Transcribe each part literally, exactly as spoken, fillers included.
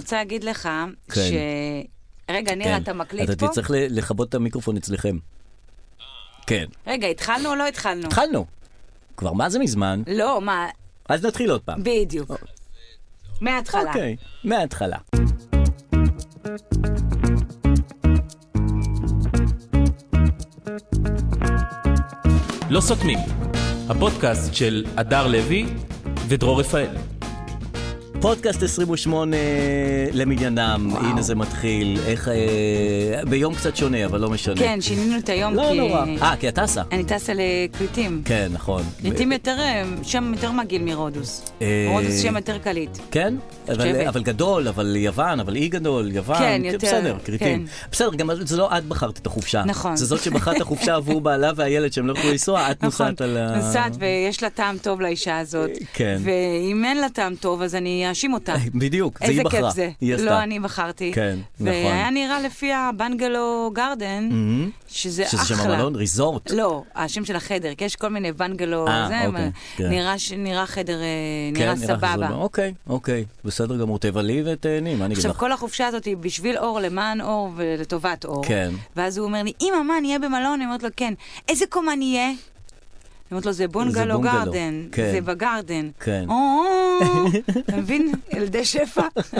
רוצה להגיד לך ש... רגע, נראה, אתה מקליט פה? אתה תצטרך לכבות את המיקרופון אצלכם. כן. רגע, התחלנו או לא התחלנו? התחלנו. כבר מה זה מזמן? לא, מה... אז נתחיל עוד פעם. בדיוק. מההתחלה. אוקיי, מההתחלה. לא סותמים, הפודקאסט של אדר לוי ודרור רפאל. פודקאסט עשרים ושמונה למניינם, הנה זה מתחיל, איך, אה, ביום קצת שונה, אבל לא משנה. כן, שינינו את היום לא, כי... לא נורא. אה, כי אתה טסה. אני טסה לקריטים. כן, נכון. קריטים יותר, שם יותר מגעיל מרודוס. אה... רודוס שם יותר קליט. כן? אבל, אבל גדול, אבל יוון, אבל אי גדול, יוון. כן, יותר. בסדר, קריטים. כן. בסדר, גם זה לא את בחרת את החופשה. נכון. זה זאת שבחרת את החופשה עבור בעלה והילד שהם לא יכולו לנסוע, את נכון. נוסעת על ה... נוסעת ויש לה טעם טוב לאישה הזאת. כן. ואם אין לה טעם טוב, אז אני אאשים אותה. בדיוק, זה איזה היא בחרה. כיף זה. היא עשתה. לא, אני בחרתי. כן, נכון. והיה נראה לפי הבנגלו גרדן, שזה אחלה. שזה שם המלון, ריזורט. לא, השם של החדר, כי יש כל מיני בנגלו, אה, אוקיי, כן. נראה, נראה חדר, כן, נראה סבבה. אוקיי, אוקיי, בסדר גמור, תבלי ותהני, מה אני אגיד עכשיו, לך? כל החופשה הזאת היא בשביל אור, למען אור ולטובת אור. כן. ואז הוא אומר לי, אמא, מה, נהיה במלון? אני אומרת לו, כן. איזה קומה נהיה? אני אומרת לו, זה בונגלו גרדן. כן. זה בגרדן. כן. אתה מבין? ילדי שפע.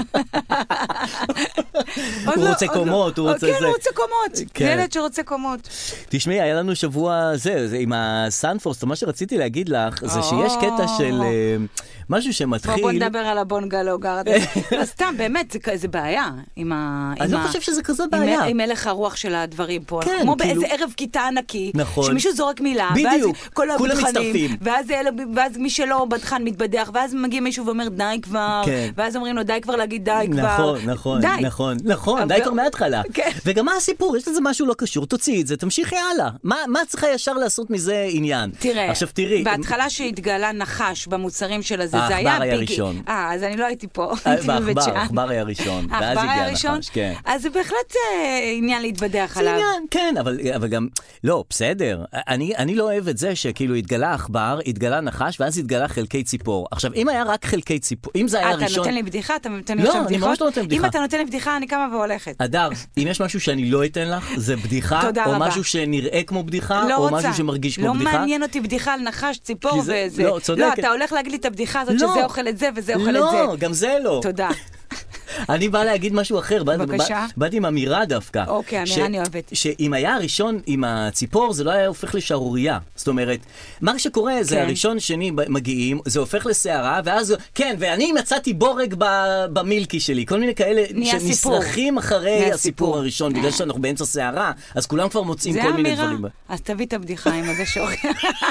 הוא רוצה קומות, הוא רוצה זה. כן, הוא רוצה קומות. כן. ילד שרוצה קומות. תשמעי, היה לנו שבוע זה, זה עם הסנפורסט, מה שרציתי להגיד לך, זה שיש קטע של אה, משהו שמתחיל... בוא נדבר על הבונגלו גרדן. אז סתם, באמת, זה- זה בעיה עם ה... אני עם לא ה- חושב שזה כזה עם- בעיה. עם הלך הרוח של הדברים פה. כן, כמו כאילו- באיזה ערב כיתה ענקי, נכון. שמישהו זורק מילה, בדיוק, ואז כל כולם הבדחנים, מצטרפים. ואז, אלה- ואז מי שלא בדחן מתבדח, ואז מגיע מישהו ואומר די כבר, כן. ואז אומרים לו די כבר להגיד די כבר. נכון, נכון, די. נכון, נכון, אבל- די כבר מההתחלה. כן. וגם מה הסיפור? יש לזה משהו לא קשור, תוציאי את זה, תמשיכי הלאה. מה מה צריכה ישר לעשות מזה עניין? תראה, עכשיו תראי, בהתחלה שהתגלה נחש במוצרים של הזה, זה העכבר היה היה ביג... ראשון. אה, אז אני לא הייתי פה. אה, הייתי בבית בעכבר, שאן. העכבר היה ראשון, ואז העכבר היה הגיע ראשון? הנחש, כן. אז זה בהחלט אה, עניין להתבדח זה עליו. עניין, כן, אבל, אבל גם, לא, בסדר. אני, אני לא אוהב את זה שכאילו התגלה עכבר, התגלה נחש, ואז התגלה חלקי ציפור. עכשיו, אם היה רק חלקי ציפור, אם זה היה אה, אתה ראשון... נותן לי בדיחה? אתה נותן לי לא, עכשיו אני בדיחות? ממש לא נותן בדיחה. אם אתה נותן לי בדיחה, אני קמה והולכת. אדר, אם יש משהו שאני לא אתן לך, זה בדיחה, תודה או רבה. משהו שנראה כמו בדיחה, לא או רוצה. משהו שמרגיש כמו לא בדיחה. מעניין אותי בדיחה על נחש, ציפור כי זה- וזה. לא, צודקת. לא, אתה הולך להגיד לי את הבדיחה הזאת, לא. שזה אוכל את זה וזה אוכל את זה. לא, גם זה לא. תודה. אני בא להגיד משהו אחר. בא- בבקשה. בא- באתי עם אמירה דווקא. אוקיי, אמירה ש- אני אוהבת. שאם היה הראשון עם הציפור, זה לא היה הופך לשערוריה. זאת אומרת, מה שקורה זה כן. הראשון, שני מגיעים, זה הופך לסערה, ואז, כן, ואני מצאתי בורג ב- במילקי שלי. כל מיני כאלה נהיה סיפור. שנשרכים אחרי נהיה הסיפור סיפור. הראשון, בגלל שאנחנו באמצע סערה, אז כולם כבר מוצאים זה כל מיני אמירה? דברים. אז תביא את הבדיחה עם הזה שאוכל.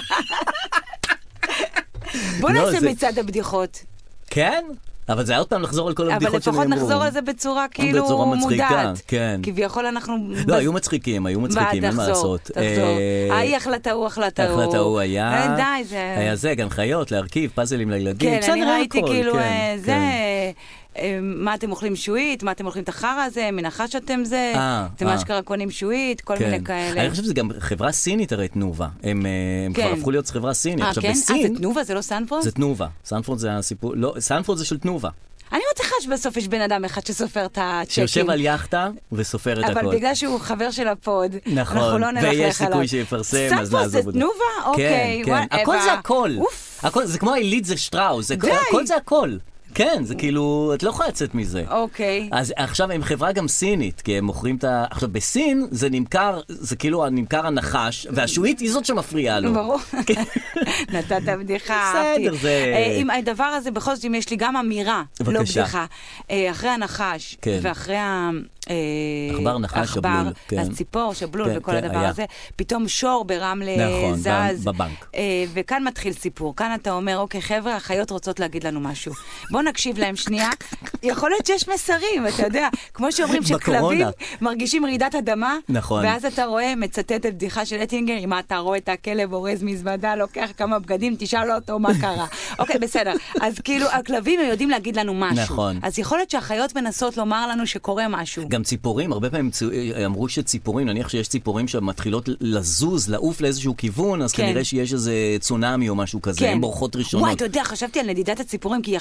בוא לא, נעשה זה- מצד הבדיחות. כן? אבל זה היה עוד פעם לחזור על כל אבל הבדיחות שנאמרו. לפחות נחזור על זה בצורה כאילו בצורה מצחיקה, מודעת. כן. כביכול אנחנו... לא, היו מצחיקים, היו מצחיקים, אין מה לעשות. תחזור. אה, ההיא החלטה הוא, החלטה הוא. החלטה הוא היה, אה, די, זה... היה זה, גם חיות, להרכיב, פאזלים לילדים. כן, בסדר, אני היה ראיתי הכל, כאילו, כן, אה, זה... כן. אה, מה אתם אוכלים שועית? מה אתם אוכלים את החרא הזה? מנחש אתם זה? אה, אתם אה. אשכרה קונים שועית? כל כן. מיני כאלה. אני חושב שזה גם חברה סינית הרי תנובה. הם, אה, הם כן. כבר הפכו להיות חברה סינית. אה, עכשיו כן? אה, בסין, זה תנובה? זה לא סנפרוד? זה תנובה. סנפורד זה הסיפור, לא, סנפורד זה של תנובה. אני מצליחה שבסוף יש בן אדם אחד שסופר את הצ'קים. שיושב על יאכטה וסופר את הכל. אבל בגלל שהוא חבר של הפוד, נכון, אנחנו לא נלכלך עליו. ויש סיכוי שיפרסם, אז סנפרוד נעזוב זה את זה. תנובה? אוקיי, כן, כן. whatever. הכל זה הכל. אוף. הכל, זה כמו העילית זה שטראוס, זה, די. הכל זה הכל. כן, זה כאילו, את לא יכולה לצאת מזה. אוקיי. אז עכשיו הם חברה גם סינית, כי הם מוכרים את ה... עכשיו, בסין זה נמכר, זה כאילו נמכר הנחש, והשועית היא זאת שמפריעה לו. ברור. נתת בדיחה, בסדר, אהבתי. זה- אה, עם הדבר הזה, בכל זאת, אם יש לי גם אמירה, לא בבקשה. בדיחה. אה, אחרי הנחש, כן. ואחרי ה... אה, עכבר, נחש, עכבר, שבלול, כן. אז ציפור, שבלול כן, וכל כן, הדבר היה. הזה, פתאום שור ברמלה נכון, זז. בבנק. אה, וכאן מתחיל סיפור. כאן אתה אומר, אוקיי, חבר'ה, החיות רוצות להגיד לנו משהו. בוא נקשיב להם שנייה. יכול להיות שיש מסרים, אתה יודע, כמו שאומרים שכלבים בקורונה. מרגישים רעידת אדמה, נכון. ואז אתה רואה, מצטט את בדיחה של אטינגר, אם אתה רואה את הכלב אורז מזוודה, לוקח כמה בגדים, תשאל אותו מה קרה. אוקיי, בסדר. אז כאילו, הכלבים הם יודעים להגיד לנו משהו. נכון. אז יכול להיות שהחיות מנסות לומר לנו שקורה משהו. גם ציפורים, הרבה פעמים צו- אמרו שציפורים, נניח שיש ציפורים שמתחילות לזוז, לעוף לאיזשהו כיוון, אז כן. כנראה שיש איזה צונאמי או משהו כזה, כן. הן בורחות ראשונות. וואי, אתה יודע, חשבתי על נדידת הציפורים, כי היא עכשיו קורית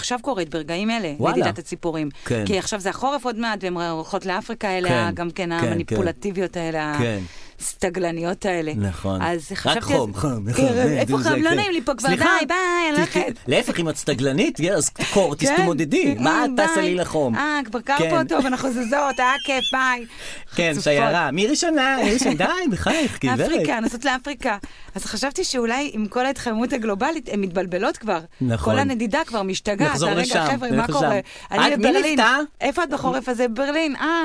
ברגעים אלה, וואלה. נדידת הציפורים. כן. כי עכשיו זה החורף עוד מעט, והן הולכות לאפריקה האלה, כן, גם כן כן, המניפולטיביות האלה, כן. הסטגלניות האלה. נכון. אז חשבתי... רק חום, חום, חום. איפה חום? לא נעים לי פה כבר, די, ביי, אני הולכת. להפך, אם את סטגלנית, אז קור, תתמודדי. מה את תעשה לי לחום? אה, כבר קר פה טוב, אנחנו זזות, אה, כיף, ביי. כן, שיירה. מי ראשונה? מי ראשונה? די, בחייך, גברת. אפריקה, נסות לאפריקה. אז חשבתי שאולי עם כל ההתחממות הגלובלית, הן מתבלבלות כבר. נכון. כל הנדידה כבר משתגעת. נחזור לשם, חבר'ה, מה נחזור קורה? שם. אני את מי בברלין. ליפתה? איפה את בחורף הזה? ברלין. אה.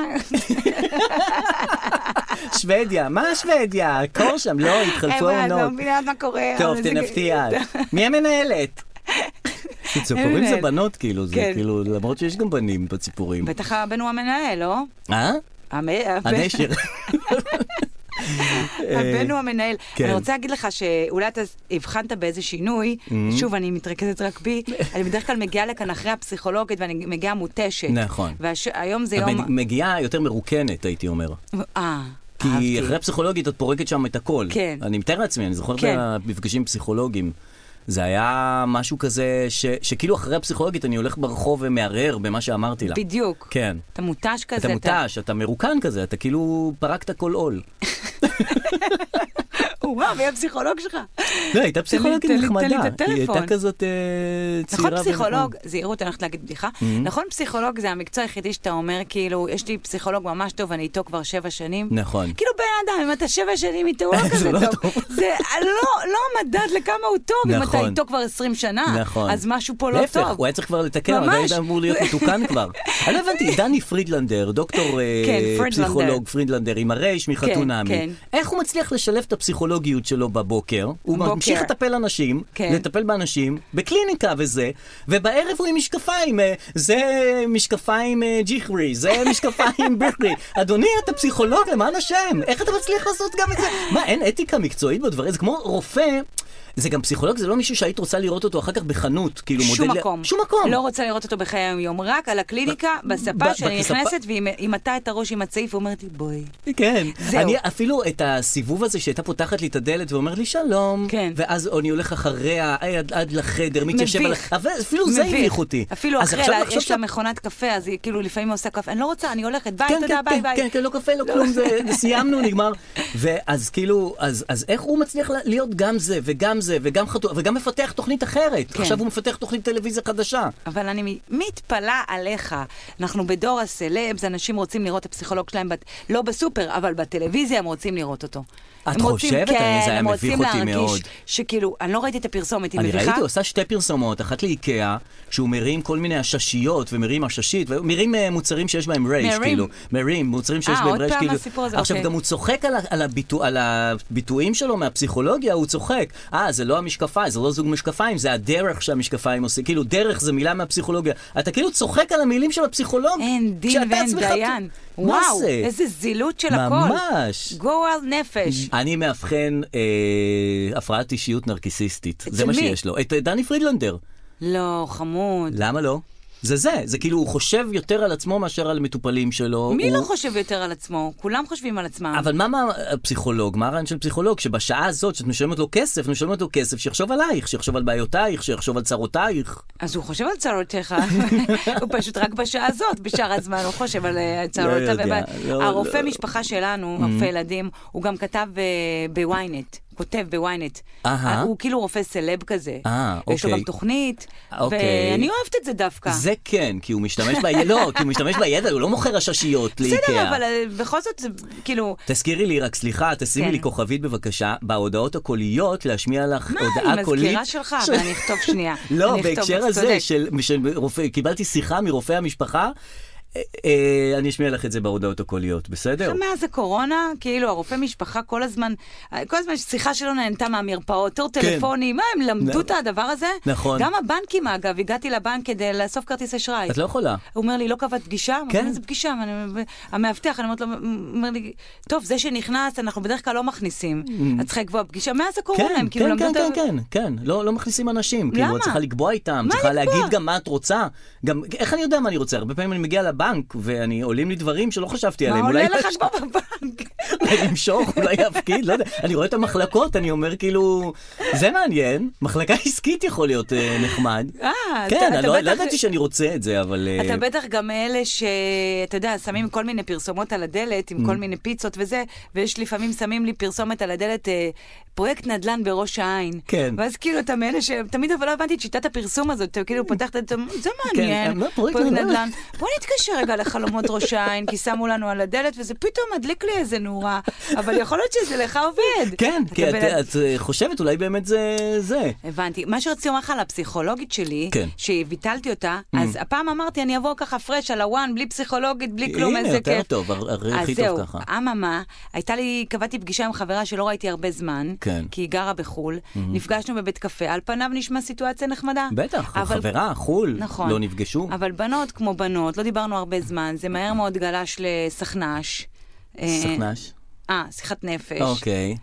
שוודיה, מה שוודיה? קור שם, לא, התחלפו אני עונות. לא מבינה מה קורה. טוב, תנפתי יד. מי המנהלת? ציפורים זה בנות, כאילו, זה כאילו, למרות שיש גם בנים בציפורים. בטח הבן הוא המנהל, לא? אה? הנשר. הבן הוא המנהל. אני רוצה להגיד לך שאולי אתה הבחנת באיזה שינוי, שוב, אני מתרכזת רק בי, אני בדרך כלל מגיעה לכאן אחרי הפסיכולוגית, ואני מגיעה מותשת. נכון. והיום זה יום... מגיעה יותר מרוקנת, הייתי אומר. אה, כי אחרי הפסיכולוגית את פורקת שם את הכל. כן. אני מתאר לעצמי, אני זוכר במפגשים פסיכולוגיים. זה היה משהו כזה, ש, שכאילו אחרי הפסיכולוגית אני הולך ברחוב ומערער במה שאמרתי לה. בדיוק. כן. אתה מותש כזה. אתה מותש, אתה מרוקן כזה, אתה כאילו פרקת כל עול. וואו, מי הפסיכולוג שלך? לא, הייתה פסיכולוגית נחמדה. תן לי את הטלפון. היא הייתה כזאת צעירה. נכון פסיכולוג, זהירות, אני הולכת להגיד בדיחה, נכון פסיכולוג זה המקצוע היחידי שאתה אומר, כאילו, יש לי פסיכולוג ממש טוב, אני איתו כבר שבע שנים. נכון. כאילו בן אדם, אם אתה שבע שנים איתו, הוא לא כזה טוב. זה לא המדד לכמה הוא טוב, אם אתה איתו כבר עשרים שנה. נכון. אז משהו פה לא טוב. להפך, הוא היה צריך כבר לתקן, אבל הוא היה אמור להיות מתוקן כבר. אני לא הבנתי, דני פרידלנדר, דוקטור פסיכולוג פרידלנדר, עם הרייש מחתונמי. איך הוא מצליח לשלב את הפסיכולוגיות שלו בבוקר? הוא ממשיך לטפל אנשים, לטפל באנשים, בקליניקה וזה, ובערב הוא עם משקפיים. זה משקפיים ג'יחרי, זה משקפיים ברכרי. אדוני, אתה פסיכולוג, למען השם. איך אתה מצליח לעשות גם את זה? מה, אין אתיקה מקצועית בדברים? זה כמו רופא. זה גם פסיכולוג, זה לא מישהו שהיית רוצה לראות אותו אחר כך בחנות, כאילו מודל... שום מקום. שום מקום. לא רוצה לראות אותו בחיי היום, רק על הקליניקה, בספה שאני נכנסת, והיא מטה את הראש עם הצעיף, ואומרת לי, בואי. כן. אני אפילו את הסיבוב הזה שהייתה פותחת לי את הדלת, ואומרת לי, שלום. כן. ואז אני הולך אחריה, עד לחדר, מתיישב על... אפילו זה הביך אותי. אפילו אחרי, יש לה מכונת קפה, אז היא כאילו לפעמים עושה קפה. אני לא רוצה, אני הולכת, ביי, תודה, ביי, ביי. כן, כן, לא קפה, לא כלום, סיימנו, נגמר. ואז כאילו, אז איך הוא מצליח להיות גם זה וגם זה וגם חתו, וגם מפתח תוכנית אחרת. כן. עכשיו הוא מפתח תוכנית טלוויזיה חדשה. אבל אני מתפלא עליך. אנחנו בדור הסלבס, אנשים רוצים לראות את הפסיכולוג שלהם, בת... לא בסופר, אבל בטלוויזיה הם רוצים לראות אותו. את חושבת? כן, זה היה מביך אותי מאוד. שכאילו, אני לא ראיתי את הפרסומת, היא מביכה. אני ראיתי, הוא עושה שתי פרסומות, אחת לאיקאה, שהוא מרים כל מיני הששיות, ומרים הששית, ומרים מוצרים שיש בהם רייש, כאילו. מרים, מוצרים שיש בהם רייש, כאילו. עכשיו, גם הוא צוחק על הביטויים שלו מהפסיכולוגיה, הוא צוחק. אה, זה לא המשקפיים, זה לא זוג משקפיים, זה הדרך שהמשקפיים עושים. כאילו, דרך זה מילה מהפסיכולוגיה. אתה כאילו צוחק על המילים של הפסיכולוג. אין דין ואין דיין. וואו, איזה זילות של הכל. ממש. גועל נפש. אני מאבחן אה, הפרעת אישיות נרקיסיסטית. זה מה שיש לו. את דני פרידלנדר. לא, חמוד. למה לא? זה זה, זה כאילו הוא חושב יותר על עצמו מאשר על מטופלים שלו. מי הוא... לא חושב יותר על עצמו? כולם חושבים על עצמם. אבל מה מה הפסיכולוג? מה הרעיון של פסיכולוג? שבשעה הזאת שאת משלמת לו כסף, משלמת לו כסף שיחשוב עלייך, שיחשוב על בעיותייך, שיחשוב על צרותייך. אז הוא חושב על צרותיך. הוא פשוט רק בשעה הזאת, בשאר הזמן, הוא חושב על צרותיו. לא יודע, לא, הרופא לא. משפחה שלנו, הרופא ילדים, הוא גם כתב בוויינט. כותב בוויינט. הוא כאילו רופא סלב כזה. יש לו גם תוכנית, ואני אוהבת את זה דווקא. זה כן, כי הוא משתמש בידע, לא, כי הוא משתמש בידע, הוא לא מוכר הששיות לאיקאה. בסדר, אבל בכל זאת זה כאילו... תזכירי לי, רק סליחה, תשימי לי כוכבית בבקשה, בהודעות הקוליות, להשמיע לך הודעה קולית. מה, היא מזכירה שלך, אבל אני אכתוב שנייה. לא, בהקשר הזה, קיבלתי שיחה מרופא המשפחה, אני אשמיע לך את זה בהודעות הקוליות, בסדר? מאז הקורונה, כאילו הרופא משפחה כל הזמן, כל הזמן שיחה שלו נהנתה מהמרפאות, תור טלפוני, מה הם למדו את הדבר הזה? נכון. גם הבנקים אגב, הגעתי לבנק כדי לאסוף כרטיס אשראי. את לא יכולה. הוא אומר לי, לא קבעת פגישה? כן. איזה פגישה? המאבטח, אני אומרת לו, אומר לי, טוב, זה שנכנס, אנחנו בדרך כלל לא מכניסים. את צריכה לקבוע פגישה, מאז הקורונה הם כאילו למדו... כן, כן, כן, לא, לא מכניסים אנשים. למה? כאילו, צריכה לקבוע איתם, צריכה להגיד גם מה את רוצה. גם, איך אני יודע מה אני רוצה? הרבה פעמים אני מגיע לבנק, ואני עולים לי דברים שלא חשבתי עליהם. מה עולה לך כבר בבנק? אולי למשוך, אולי להפקיד, לא יודע. אני רואה את המחלקות, אני אומר כאילו, זה מעניין, מחלקה עסקית יכול להיות נחמד. אה, כן, לא ידעתי שאני רוצה את זה, אבל... אתה בטח גם אלה שאתה יודע, שמים כל מיני פרסומות על הדלת, עם כל מיני פיצות וזה, ויש לפעמים שמים לי פרסומת על הדלת, פרויקט נדל"ן בראש העין. כן. ואז כאילו אתה מאלה שתמיד אבל לא הבנתי את שיטת הפרסום הזאת, אתה כאילו פותחת את זה, זה מעניין, פרויקט נדל"ן. בוא נתקשר רגע לחלומות ראש העין, כי שמו לנו על הדלת, וזה פתאום מדליק לי איזה נורה, אבל יכול להיות שזה לך עובד. כן, כי את חושבת, אולי באמת זה. הבנתי. מה שרציתי לומר לך על הפסיכולוגית שלי, שביטלתי אותה, אז הפעם אמרתי, אני אבוא ככה פרש על הוואן, בלי פסיכולוגית, בלי כלום, איזה כיף. הנה, יותר טוב, הרי הכי טוב ככה. אממה, הייתה לי, קבעתי פגישה עם חברה שלא ראיתי הרבה זמן, כי היא גרה בחול, נפגשנו בבית קפה, על פניו נשמע סיטואציה נחמדה. בטח, חברה, חול, לא נפגשו. אבל בנות כמו בנות, לא דיברנו הרבה זמן, זה מהר מאוד גלש לסכנש. סכנש? אה, שיחת נפש. אוקיי.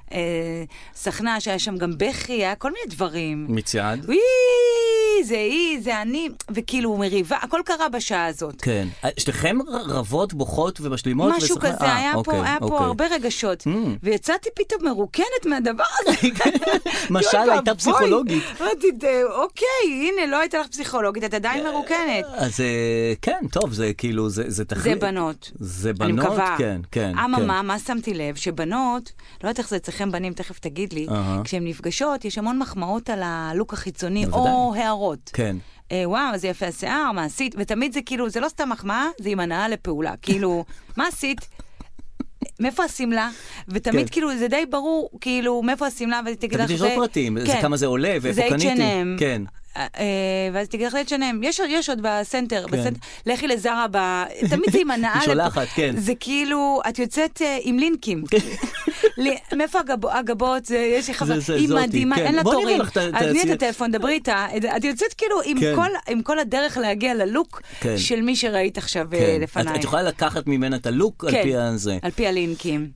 סכנש, היה שם גם בכי, היה כל מיני דברים. מצעד? וואי, זה היא, זה אני, וכאילו מריבה, הכל קרה בשעה הזאת. כן. שתיכם רבות, בוכות ומשלימות? משהו כזה, היה פה הרבה רגשות. ויצאתי פתאום מרוקנת מהדבר הזה. משל הייתה פסיכולוגית. אוקיי, הנה, לא הייתה לך פסיכולוגית, את עדיין מרוקנת. אז כן, טוב, זה כאילו, זה תחליט. זה בנות. זה בנות, כן, כן. אממה, מה שמתי לב? שבנות, לא יודעת איך זה אצלכם בנים, תכף תגיד לי, כשהן נפגשות, יש המון מחמאות על הלוק החיצוני, או הערות. כן. וואו, זה יפה השיער, מה עשית? ותמיד זה כאילו, זה לא סתם מחמאה, זה עם הנאה לפעולה. כאילו, מה עשית? מאיפה הסמלה? ותמיד כאילו, זה די ברור, כאילו, מאיפה הסמלה, ותגיד לך, תגיד, יש עוד פרטים, זה כמה זה עולה, ואיפה קניתי. זה אייץ' אנד אם. כן. ואז תגיד לך אייץ' אנד אם, יש עוד בסנטר, לכי לזרה, תמיד זה עם הנאה. שולחת, כן. זה כאילו, את יוצאת עם לינקים. מאיפה הגבות, יש לך היא מדהימה, אין לה תורים. תני את הטלפון, דברי איתה. את יוצאת כאילו עם כל הדרך להגיע ללוק של מי שראית עכשיו לפנייך. את יכולה לקחת ממנה את הלוק על פי הזה. על פי הלינקים.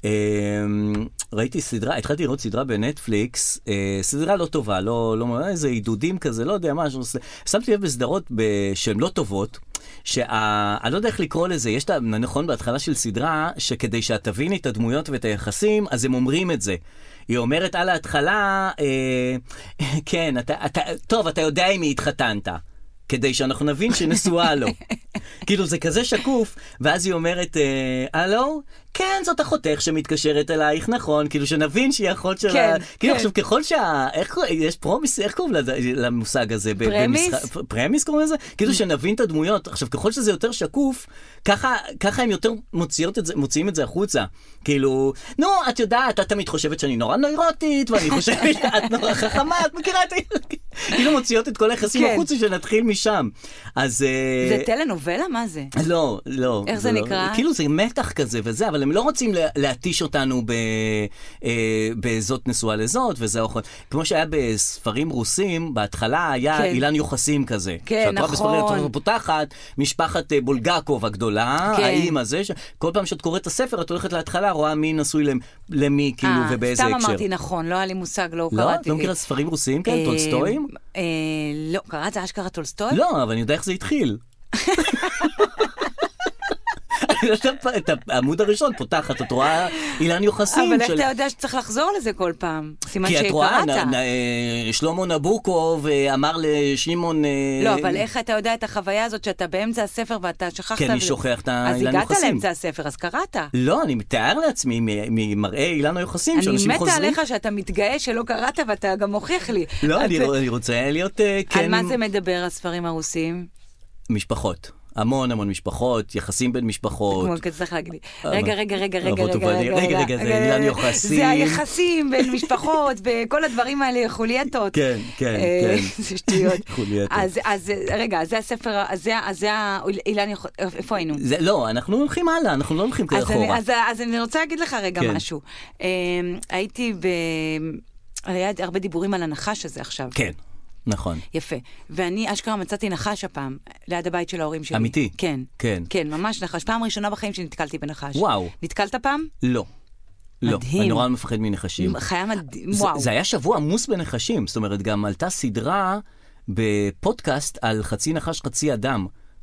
ראיתי סדרה, התחלתי לראות סדרה בנטפליקס, סדרה לא טובה, לא איזה עידודים כזה, לא יודע מה, שמתי לב בסדרות שהן לא טובות, שאני לא יודע איך לקרוא לזה, יש את הנכון בהתחלה של סדרה, שכדי שאת תביני את הדמויות ואת היחסים, אז הם אומרים את זה. היא אומרת על ההתחלה, אה, כן, אתה, אתה, טוב, אתה יודע אם היא התחתנת, כדי שאנחנו נבין שנשואה לו. כאילו זה כזה שקוף, ואז היא אומרת, הלו? כן, זאת אחותך שמתקשרת אלייך, נכון, כאילו שנבין שהיא אחות שלה. כן, כאילו כן. עכשיו ככל שה... איך, יש פרומיס, איך קוראים למושג הזה? פרמיס? במשח... פרמיס קוראים לזה? כאילו שנבין את הדמויות. עכשיו ככל שזה יותר שקוף, ככה, ככה הם יותר מוציאות את זה, מוציאים את זה החוצה. כאילו, נו, את יודעת, את תמיד חושבת שאני נורא נוירוטית, ואני חושבת שאת נורא חכמה, את מכירה את... כאילו מוציאות את כל היחסים כן. החוצה שנתחיל משם. אז... זה טלנובלה? מה זה? לא, לא. איך זה, זה נקרא? לא, כאילו זה מתח כזה וזה, אבל הם לא רוצים להתיש אותנו ב, אה, בזאת נשואה לזאת, וזה אוכל. כמו שהיה בספרים רוסים, בהתחלה היה כן. אילן יוחסים כזה. כן, נכון. בספרים פותחת, משפחת בולגקוב הגדולה, כן. האמא זה, ש... כל פעם שאת קוראת את הספר, את הולכת להתחלה, רואה מי נשוי למי, כאילו, 아, ובאיזה הקשר. סתם אמרתי נכון, לא היה לי מושג, לא, לא קראתי. לא מכירה ספרים רוסים, כן? טולסטויים? אה, לא, קראת, אשכרה טולסטוי? לא, אבל אני יודע איך זה התחיל. את העמוד הראשון פותחת, את רואה אילן יוחסים. אבל איך אתה יודע שצריך לחזור לזה כל פעם? סימן שקראת. כי את רואה, שלמה נבוקוב אמר לשמעון... לא, אבל איך אתה יודע את החוויה הזאת שאתה באמצע הספר ואתה שכחת... כן, אני שוכח את האילן יוחסים. אז הגעת לאמצע הספר, אז קראת. לא, אני מתאר לעצמי ממראה אילן היוחסים, שאנשים חוזרים. אני מתה עליך שאתה מתגאה שלא קראת ואתה גם מוכיח לי. לא, אני רוצה להיות... על מה זה מדבר, הספרים הרוסיים? משפחות. המון המון משפחות, יחסים בין משפחות. כמו כזה צריך להגיד לי. רגע, רגע, רגע, רגע, רגע, רגע, רגע, זה אילן יוחסים. זה היחסים בין משפחות, וכל הדברים האלה, חולייתות. כן, כן, כן. זה שטויות. חולייתות. אז רגע, זה הספר, זה אילן יוחסים, איפה היינו? לא, אנחנו הולכים הלאה, אנחנו לא הולכים כזה אחורה. אז אני רוצה להגיד לך רגע משהו. הייתי ב... היה הרבה דיבורים על הנחש הזה עכשיו. כן. נכון. יפה. ואני אשכרה מצאתי נחש הפעם, ליד הבית של ההורים שלי. אמיתי? כן. כן. כן, ממש נחש. פעם ראשונה בחיים שנתקלתי בנחש. וואו. נתקלת פעם? לא. מדהים. לא. אני נורא מפחד מנחשים. חיה מדהים. וואו. זה היה שבוע עמוס בנחשים. זאת אומרת, גם עלתה סדרה בפודקאסט על חצי נחש, חצי אדם.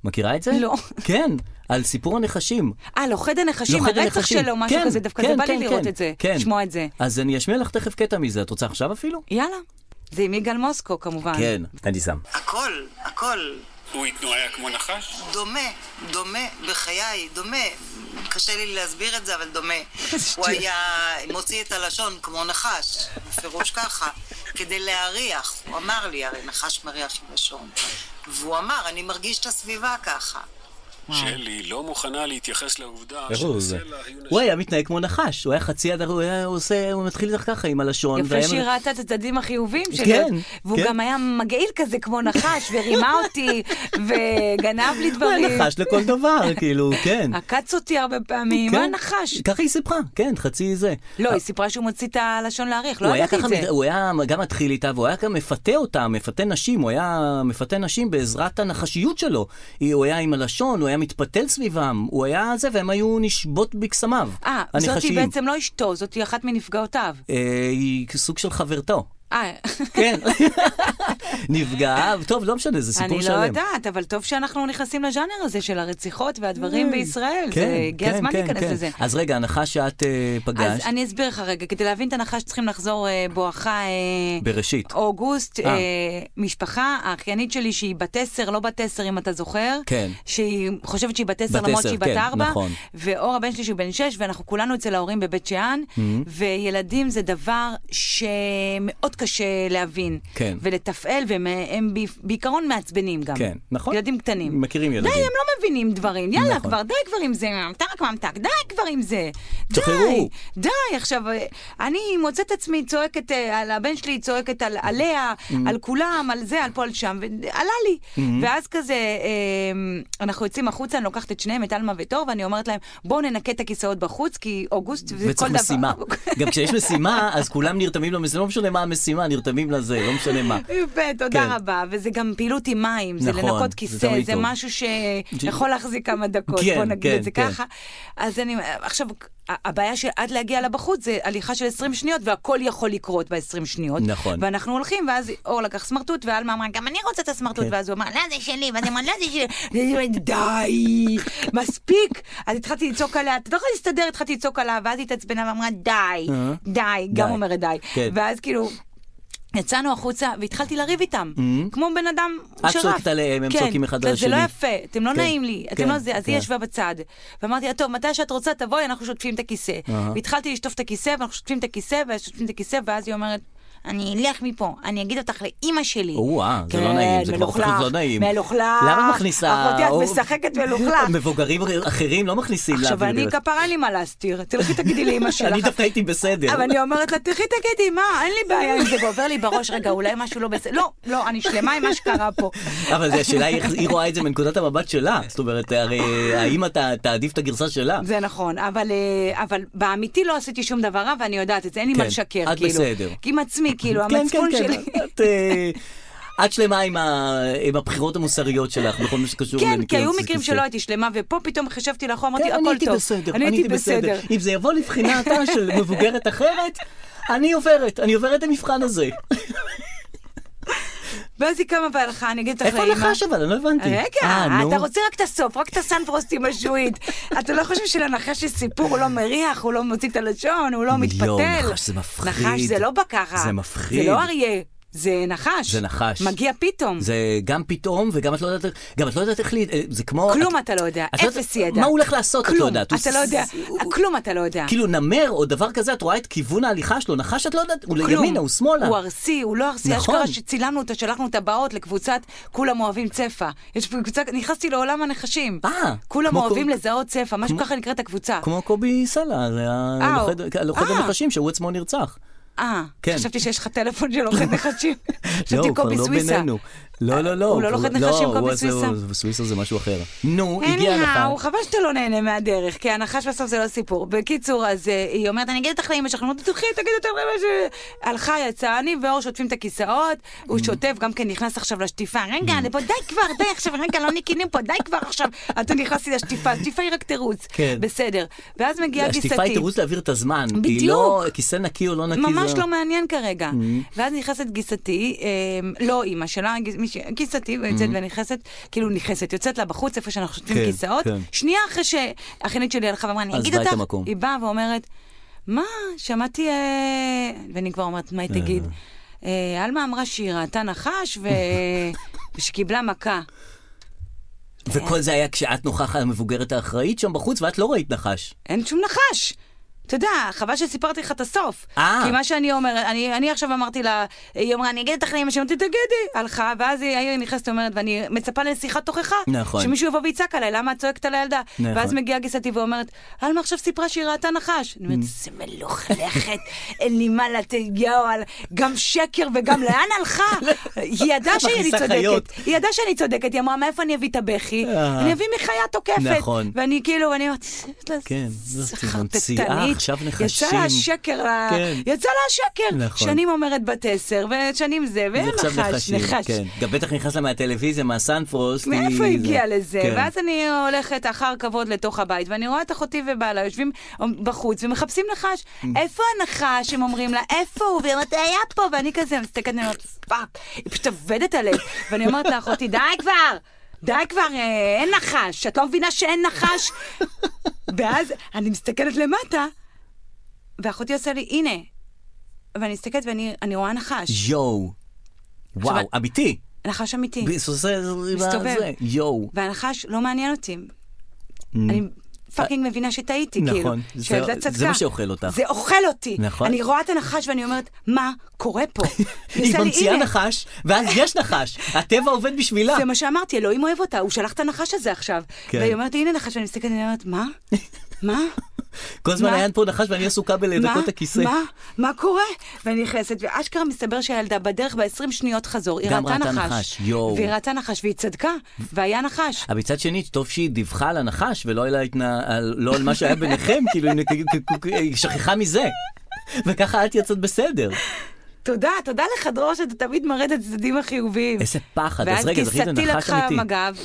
מכירה את זה? לא. כן, על סיפור הנחשים. אה, לוכד הנחשים, הרצח שלו, משהו כזה, דווקא זה בא לי לראות את זה, לשמוע את זה. אז אני אשמיע לך תכף קטע מזה, את רוצה עכשיו אפילו? יאללה. זה עם יגאל מוסקו כמובן. כן, אני שם. הכל, הכל. הוא התנועה כמו נחש? דומה, דומה, בחיי, דומה. קשה לי להסביר את זה, אבל דומה. הוא היה מוציא את הלשון כמו נחש, בפירוש ככה, כדי להריח. הוא אמר לי, הרי נחש מריח עם לשון. והוא אמר, אני מרגיש את הסביבה ככה. שלי לא מוכנה להתייחס לעובדה הוא היה מתנהג כמו נחש, הוא היה חצי עד, הוא היה עושה, הוא מתחיל לך ככה עם הלשון. יפה שהיא ראתה את הצדדים החיובים שלו, והוא גם היה מגעיל כזה כמו נחש, ורימה אותי, וגנב לי דברים. הוא היה נחש לכל דבר, כאילו, כן. עקץ אותי הרבה פעמים, הוא היה נחש. ככה היא סיפרה, כן, חצי זה. לא, היא סיפרה שהוא מוציא את הלשון להעריך, לא ידעתי את זה. הוא היה גם מתחיל איתה, והוא היה גם מפתה אותה, מפתה נשים, הוא היה מפתה נשים בעזרת הנחשיות שלו. הוא היה עם הלשון, הוא היה מתפתל סביבם, הוא היה זה, והם היו נשבות בקסמיו. אה, זאתי בעצם לא אשתו, זאתי אחת מנפגעותיו. היא סוג של חברתו. אה. כן. נפגעה, טוב, לא משנה, זה סיפור שלם. אני לא יודעת, אבל טוב שאנחנו נכנסים לז'אנר הזה של הרציחות והדברים בישראל. זה הגיע הזמן להיכנס לזה. אז רגע, הנחש שאת פגשת. אז אני אסביר לך רגע, כדי להבין את הנחש צריכים לחזור בואכה בראשית. אוגוסט, משפחה, האחיינית שלי שהיא בת עשר, לא בת עשר אם אתה זוכר. כן. שהיא חושבת שהיא בת עשר למרות שהיא בת ארבע. ואור הבן שלי שהוא בן שש, ואנחנו כולנו אצל ההורים בבית שאן, וילדים זה דבר שמאוד קשה להבין. כן. ולתפעל, והם בעיקרון מעצבנים גם. כן, נכון. ילדים קטנים. מכירים ילדים. די, הם לא מבינים דברים. יאללה, כבר, די כבר עם זה. ממתק, ממתק, די כבר עם זה. תחררו. די, די. עכשיו, אני מוצאת עצמי צועקת, על הבן שלי צועקת על, עליה, על כולם, על זה, על פה, על שם, ועלה לי. ואז כזה, אנחנו יוצאים החוצה, אני לוקחת את שניהם, את אלמה וטור, ואני אומרת להם, בואו ננקה את הכיסאות בחוץ, כי אוגוסט וכל דבר. וצריך משימה. גם כשיש משימה, אז כולם נרתמים למשימה, לא משנה מה המשימה, נרתמים לזה, לא משנה מה. יפה, תודה רבה. וזה גם פעילות עם מים, זה לנקות כיסא, זה משהו שיכול להחזיק כמה דקות, בוא נגיד את זה ככה. אז אני, עכשיו, הבעיה שעד להגיע לבחוץ זה הליכה של עשרים שניות, והכל יכול לקרות ב-עשרים שניות. נכון. ואנחנו הולכים, ואז אור לקח סמרטוט, ואלמה אמרה, גם אני רוצה את הסמרטוט, ואז הוא אמר, לא, זה שלי, ואז היא אמרה, לא, זה שלי. די, מספיק. אז התחלתי לצעוק עליה, אתה לא יכול להסתדר, התחלתי לצעוק עליה, ואז היא תעצבנה ואמרה, די, די, גם אומרת די. ואז כאילו, יצאנו החוצה, והתחלתי לריב איתם, כמו בן אדם שרף. את צועקת עליהם, הם צועקים אחד על השני. זה לא יפה, אתם לא נעים לי, אתם לא זה, אז היא ישבה בצד. ואמרתי, טוב, מתי שאת רוצה, תבואי, אנחנו שוטפים את הכיסא. והתחלתי לשטוף את הכיסא, ואנחנו שוטפים את הכיסא, ושוטפים את הכיסא, ואז היא אומרת, אני אלך מפה, אני אגיד אותך לאמא שלי. וואה, זה לא נעים, זה כבר הופך לא נעים. מלוכלך. למה מכניסה? אחותי, את משחקת מלוכלך. מבוגרים אחרים לא מכניסים להעביר. עכשיו, אני כפרה לי מה להסתיר. תלכי תגידי לאמא שלך. אני דווקא הייתי בסדר. אבל אני אומרת לה, תלכי תגידי, מה? אין לי בעיה עם זה, ועובר לי בראש, רגע, אולי משהו לא בסדר. לא, לא, אני שלמה עם מה שקרה פה. אבל השאלה היא רואה את זה מנקודת המבט שלה. זאת אומרת, הרי האמא תעדיף את הגרסה שלה. זה נכון, אבל באמיתי לא עשיתי שום דבר רע, ואני יודעת את זה, אין לי מה לשקר, את בסדר. עם עצמי, כאילו, המצפון שלי. את שלמה עם הבחירות המוסריות שלך, בכל מה שקשור לנקיות. כן, כי היו מקרים שלא הייתי שלמה, ופה פתאום חשבתי לך, אמרתי, הכל טוב. אני הייתי בסדר, אני הייתי בסדר. אם זה יבוא לבחינתה של מבוגרת אחרת, אני עוברת, אני עוברת את המבחן הזה. ואז היא קמה והלכה, אני אגיד לך לאמא. איפה הנחש אבל? אני לא הבנתי. רגע, אתה רוצה רק את הסוף, רק את הסנפרוסט עם השועית. אתה לא חושב שלנחש יש סיפור, הוא לא מריח, הוא לא מוציא את הלשון, הוא לא מתפתל. יום, נחש זה מפחיד. נחש זה לא בא ככה. זה מפחיד. זה לא אריה. זה נחש. זה נחש. מגיע פתאום. זה גם פתאום, וגם את לא יודעת, גם את לא יודעת איך לי, זה כמו... כלום אתה לא יודע, אפס ידע. מה הוא הולך לעשות, את לא יודעת. אתה לא יודע, כלום אתה לא יודע. כאילו נמר או דבר כזה, את רואה את כיוון ההליכה שלו, נחש את לא יודעת, הוא לימינה, הוא שמאלה. הוא ארסי, הוא לא ארסי. יש קרה שצילמנו אותה, שלחנו את הבאות לקבוצת כולם אוהבים צפה. יש קבוצה, נכנסתי לעולם הנחשים. כולם אוהבים לזהות צפה, משהו ככה נקראת הקבוצה. כמו קובי סלע, זה הלוכד הנחשים, שהוא עצמו נרצח. אה, חשבתי שיש לך טלפון של לוכד נחשים. לא, הוא כבר לא בינינו. לא, לא, לא. הוא לא לוכד נחשים כמו בסוויסה. בסוויסה זה משהו אחר. נו, הגיע לך. הוא חבל שאתה לא נהנה מהדרך, כי הנחש בסוף זה לא סיפור. בקיצור, אז היא אומרת, אני אגיד אותך לאמא שלך, תלכי, תגיד אותך לאמא שלך. הלכה, יצאה, אני ואור שוטפים את הכיסאות, הוא שוטף, גם כן נכנס עכשיו לשטיפה. רגע, לפה, די כבר, די עכשיו, רגע, לא ניקינים פה, די כבר עכשיו. אתה נכנסתי לשטיפה, השטיפה היא רק תירוץ. בסדר. ואז מגיעה גיסתי. השטיפה היא תירוץ להעביר את הזמן. בדיוק. כיסא נקי או לא נקי. ממש לא מעניין כרגע. ואז נכנסת גיסתי, לא אמא שלה, מישהי, כיסתי, ויוצאת ונכנסת, כאילו נכנסת, יוצאת לה בחוץ, איפה שאנחנו שותפים כיסאות, שנייה אחרי שהאחיינית שלי הלכה ואמרה, אני אגיד אותך, היא באה ואומרת, מה, שמעתי, ואני כבר אומרת, מה היא תגיד? אלמה אמרה שהיא ראתה נחש ושקיבלה מכה. וכל זה היה כשאת נוכחת המבוגרת האחראית שם בחוץ, ואת לא ראית נחש. אין שום נחש. אתה יודע, חבל שסיפרתי לך את הסוף. כי מה שאני אומרת, אני, אני עכשיו אמרתי לה, היא אמרה, אני אגיד לך לאמא שאומרתי, תגידי, הלכה, ואז היא נכנסת ואומרת, ואני מצפה לשיחת תוכחה, נכון. שמישהו יבוא ויצעק עליי, למה את צועקת על הילדה? נכון. ואז מגיעה גיסתי ואומרת, אלמה עכשיו סיפרה שהיא ראתה נחש. אני אומרת, זה מלוכלכת, אין לי מה לתגיעו, גם שקר וגם לאן הלכה? היא ידעה שאני צודקת, היא ידעה שאני צודקת, היא אמרה, מאיפה אני אביא את הבכי? אני אביא מחיה תוקפת. נכון. ואני כאילו, אני אומרת, כן, זאת ממציאה. עכשיו נחשים. יצא לה השקר, כן. יצא לה השקר. נכון. שנים אומרת בת עשר, ושנים זה, ואין נחש, נחש. כן. גם בטח נכנס לה מהטלוויזיה, מהסנפרוסט. מאיפה הגיע זה... לזה? כן. ואז אני הולכת אחר כבוד לתוך הבית, ואני רואה את אחותי ובעלה, יושבים בחוץ ומחפשים נחש. איפה הנחש? הם אומרים לה, איפה הוא? והיא אומרת, היה פה, ואני כזה מסתכלת, אני אומרת, פאק, היא פשוט עובדת עליהם. ואני אומרת לאחותי, די כבר! די כבר, אין נחש. את לא מבינה שאין נחש? ואז אני מסתכלת למטה, ואחותי עושה לי, הנה, ואני מסתכלת ואני רואה נחש. יואו. וואו, אמיתי. נחש אמיתי. מסתובב. יואו. והנחש לא מעניין אותי. אני פאקינג מבינה שטעיתי, כאילו. נכון. זה מה שאוכל אותך. זה אוכל אותי. נכון. אני רואה את הנחש ואני אומרת, מה קורה פה? היא ממציאה נחש, ואז יש נחש. הטבע עובד בשבילה. זה מה שאמרתי, אלוהים אוהב אותה, הוא שלח את הנחש הזה עכשיו. והיא אומרת, הנה נחש, ואני מסתכלת, ואני אומרת, מה? מה? כל הזמן היה פה נחש ואני עסוקה בלדקות הכיסא. מה? מה קורה? ואני נכנסת, ואשכרה מסתבר שהילדה בדרך ב-עשרים שניות חזור, היא ראתה נחש. והיא ראתה נחש, והיא צדקה, והיה נחש. אבל מצד שני, טוב שהיא דיווחה על הנחש, ולא על מה שהיה ביניכם, כאילו היא שכחה מזה. וככה את יצאת בסדר. תודה, תודה לך דרור, שאתה תמיד מראה את הצדדים החיוביים. איזה פחד, אז רגע, זכית לנחש אמיתי.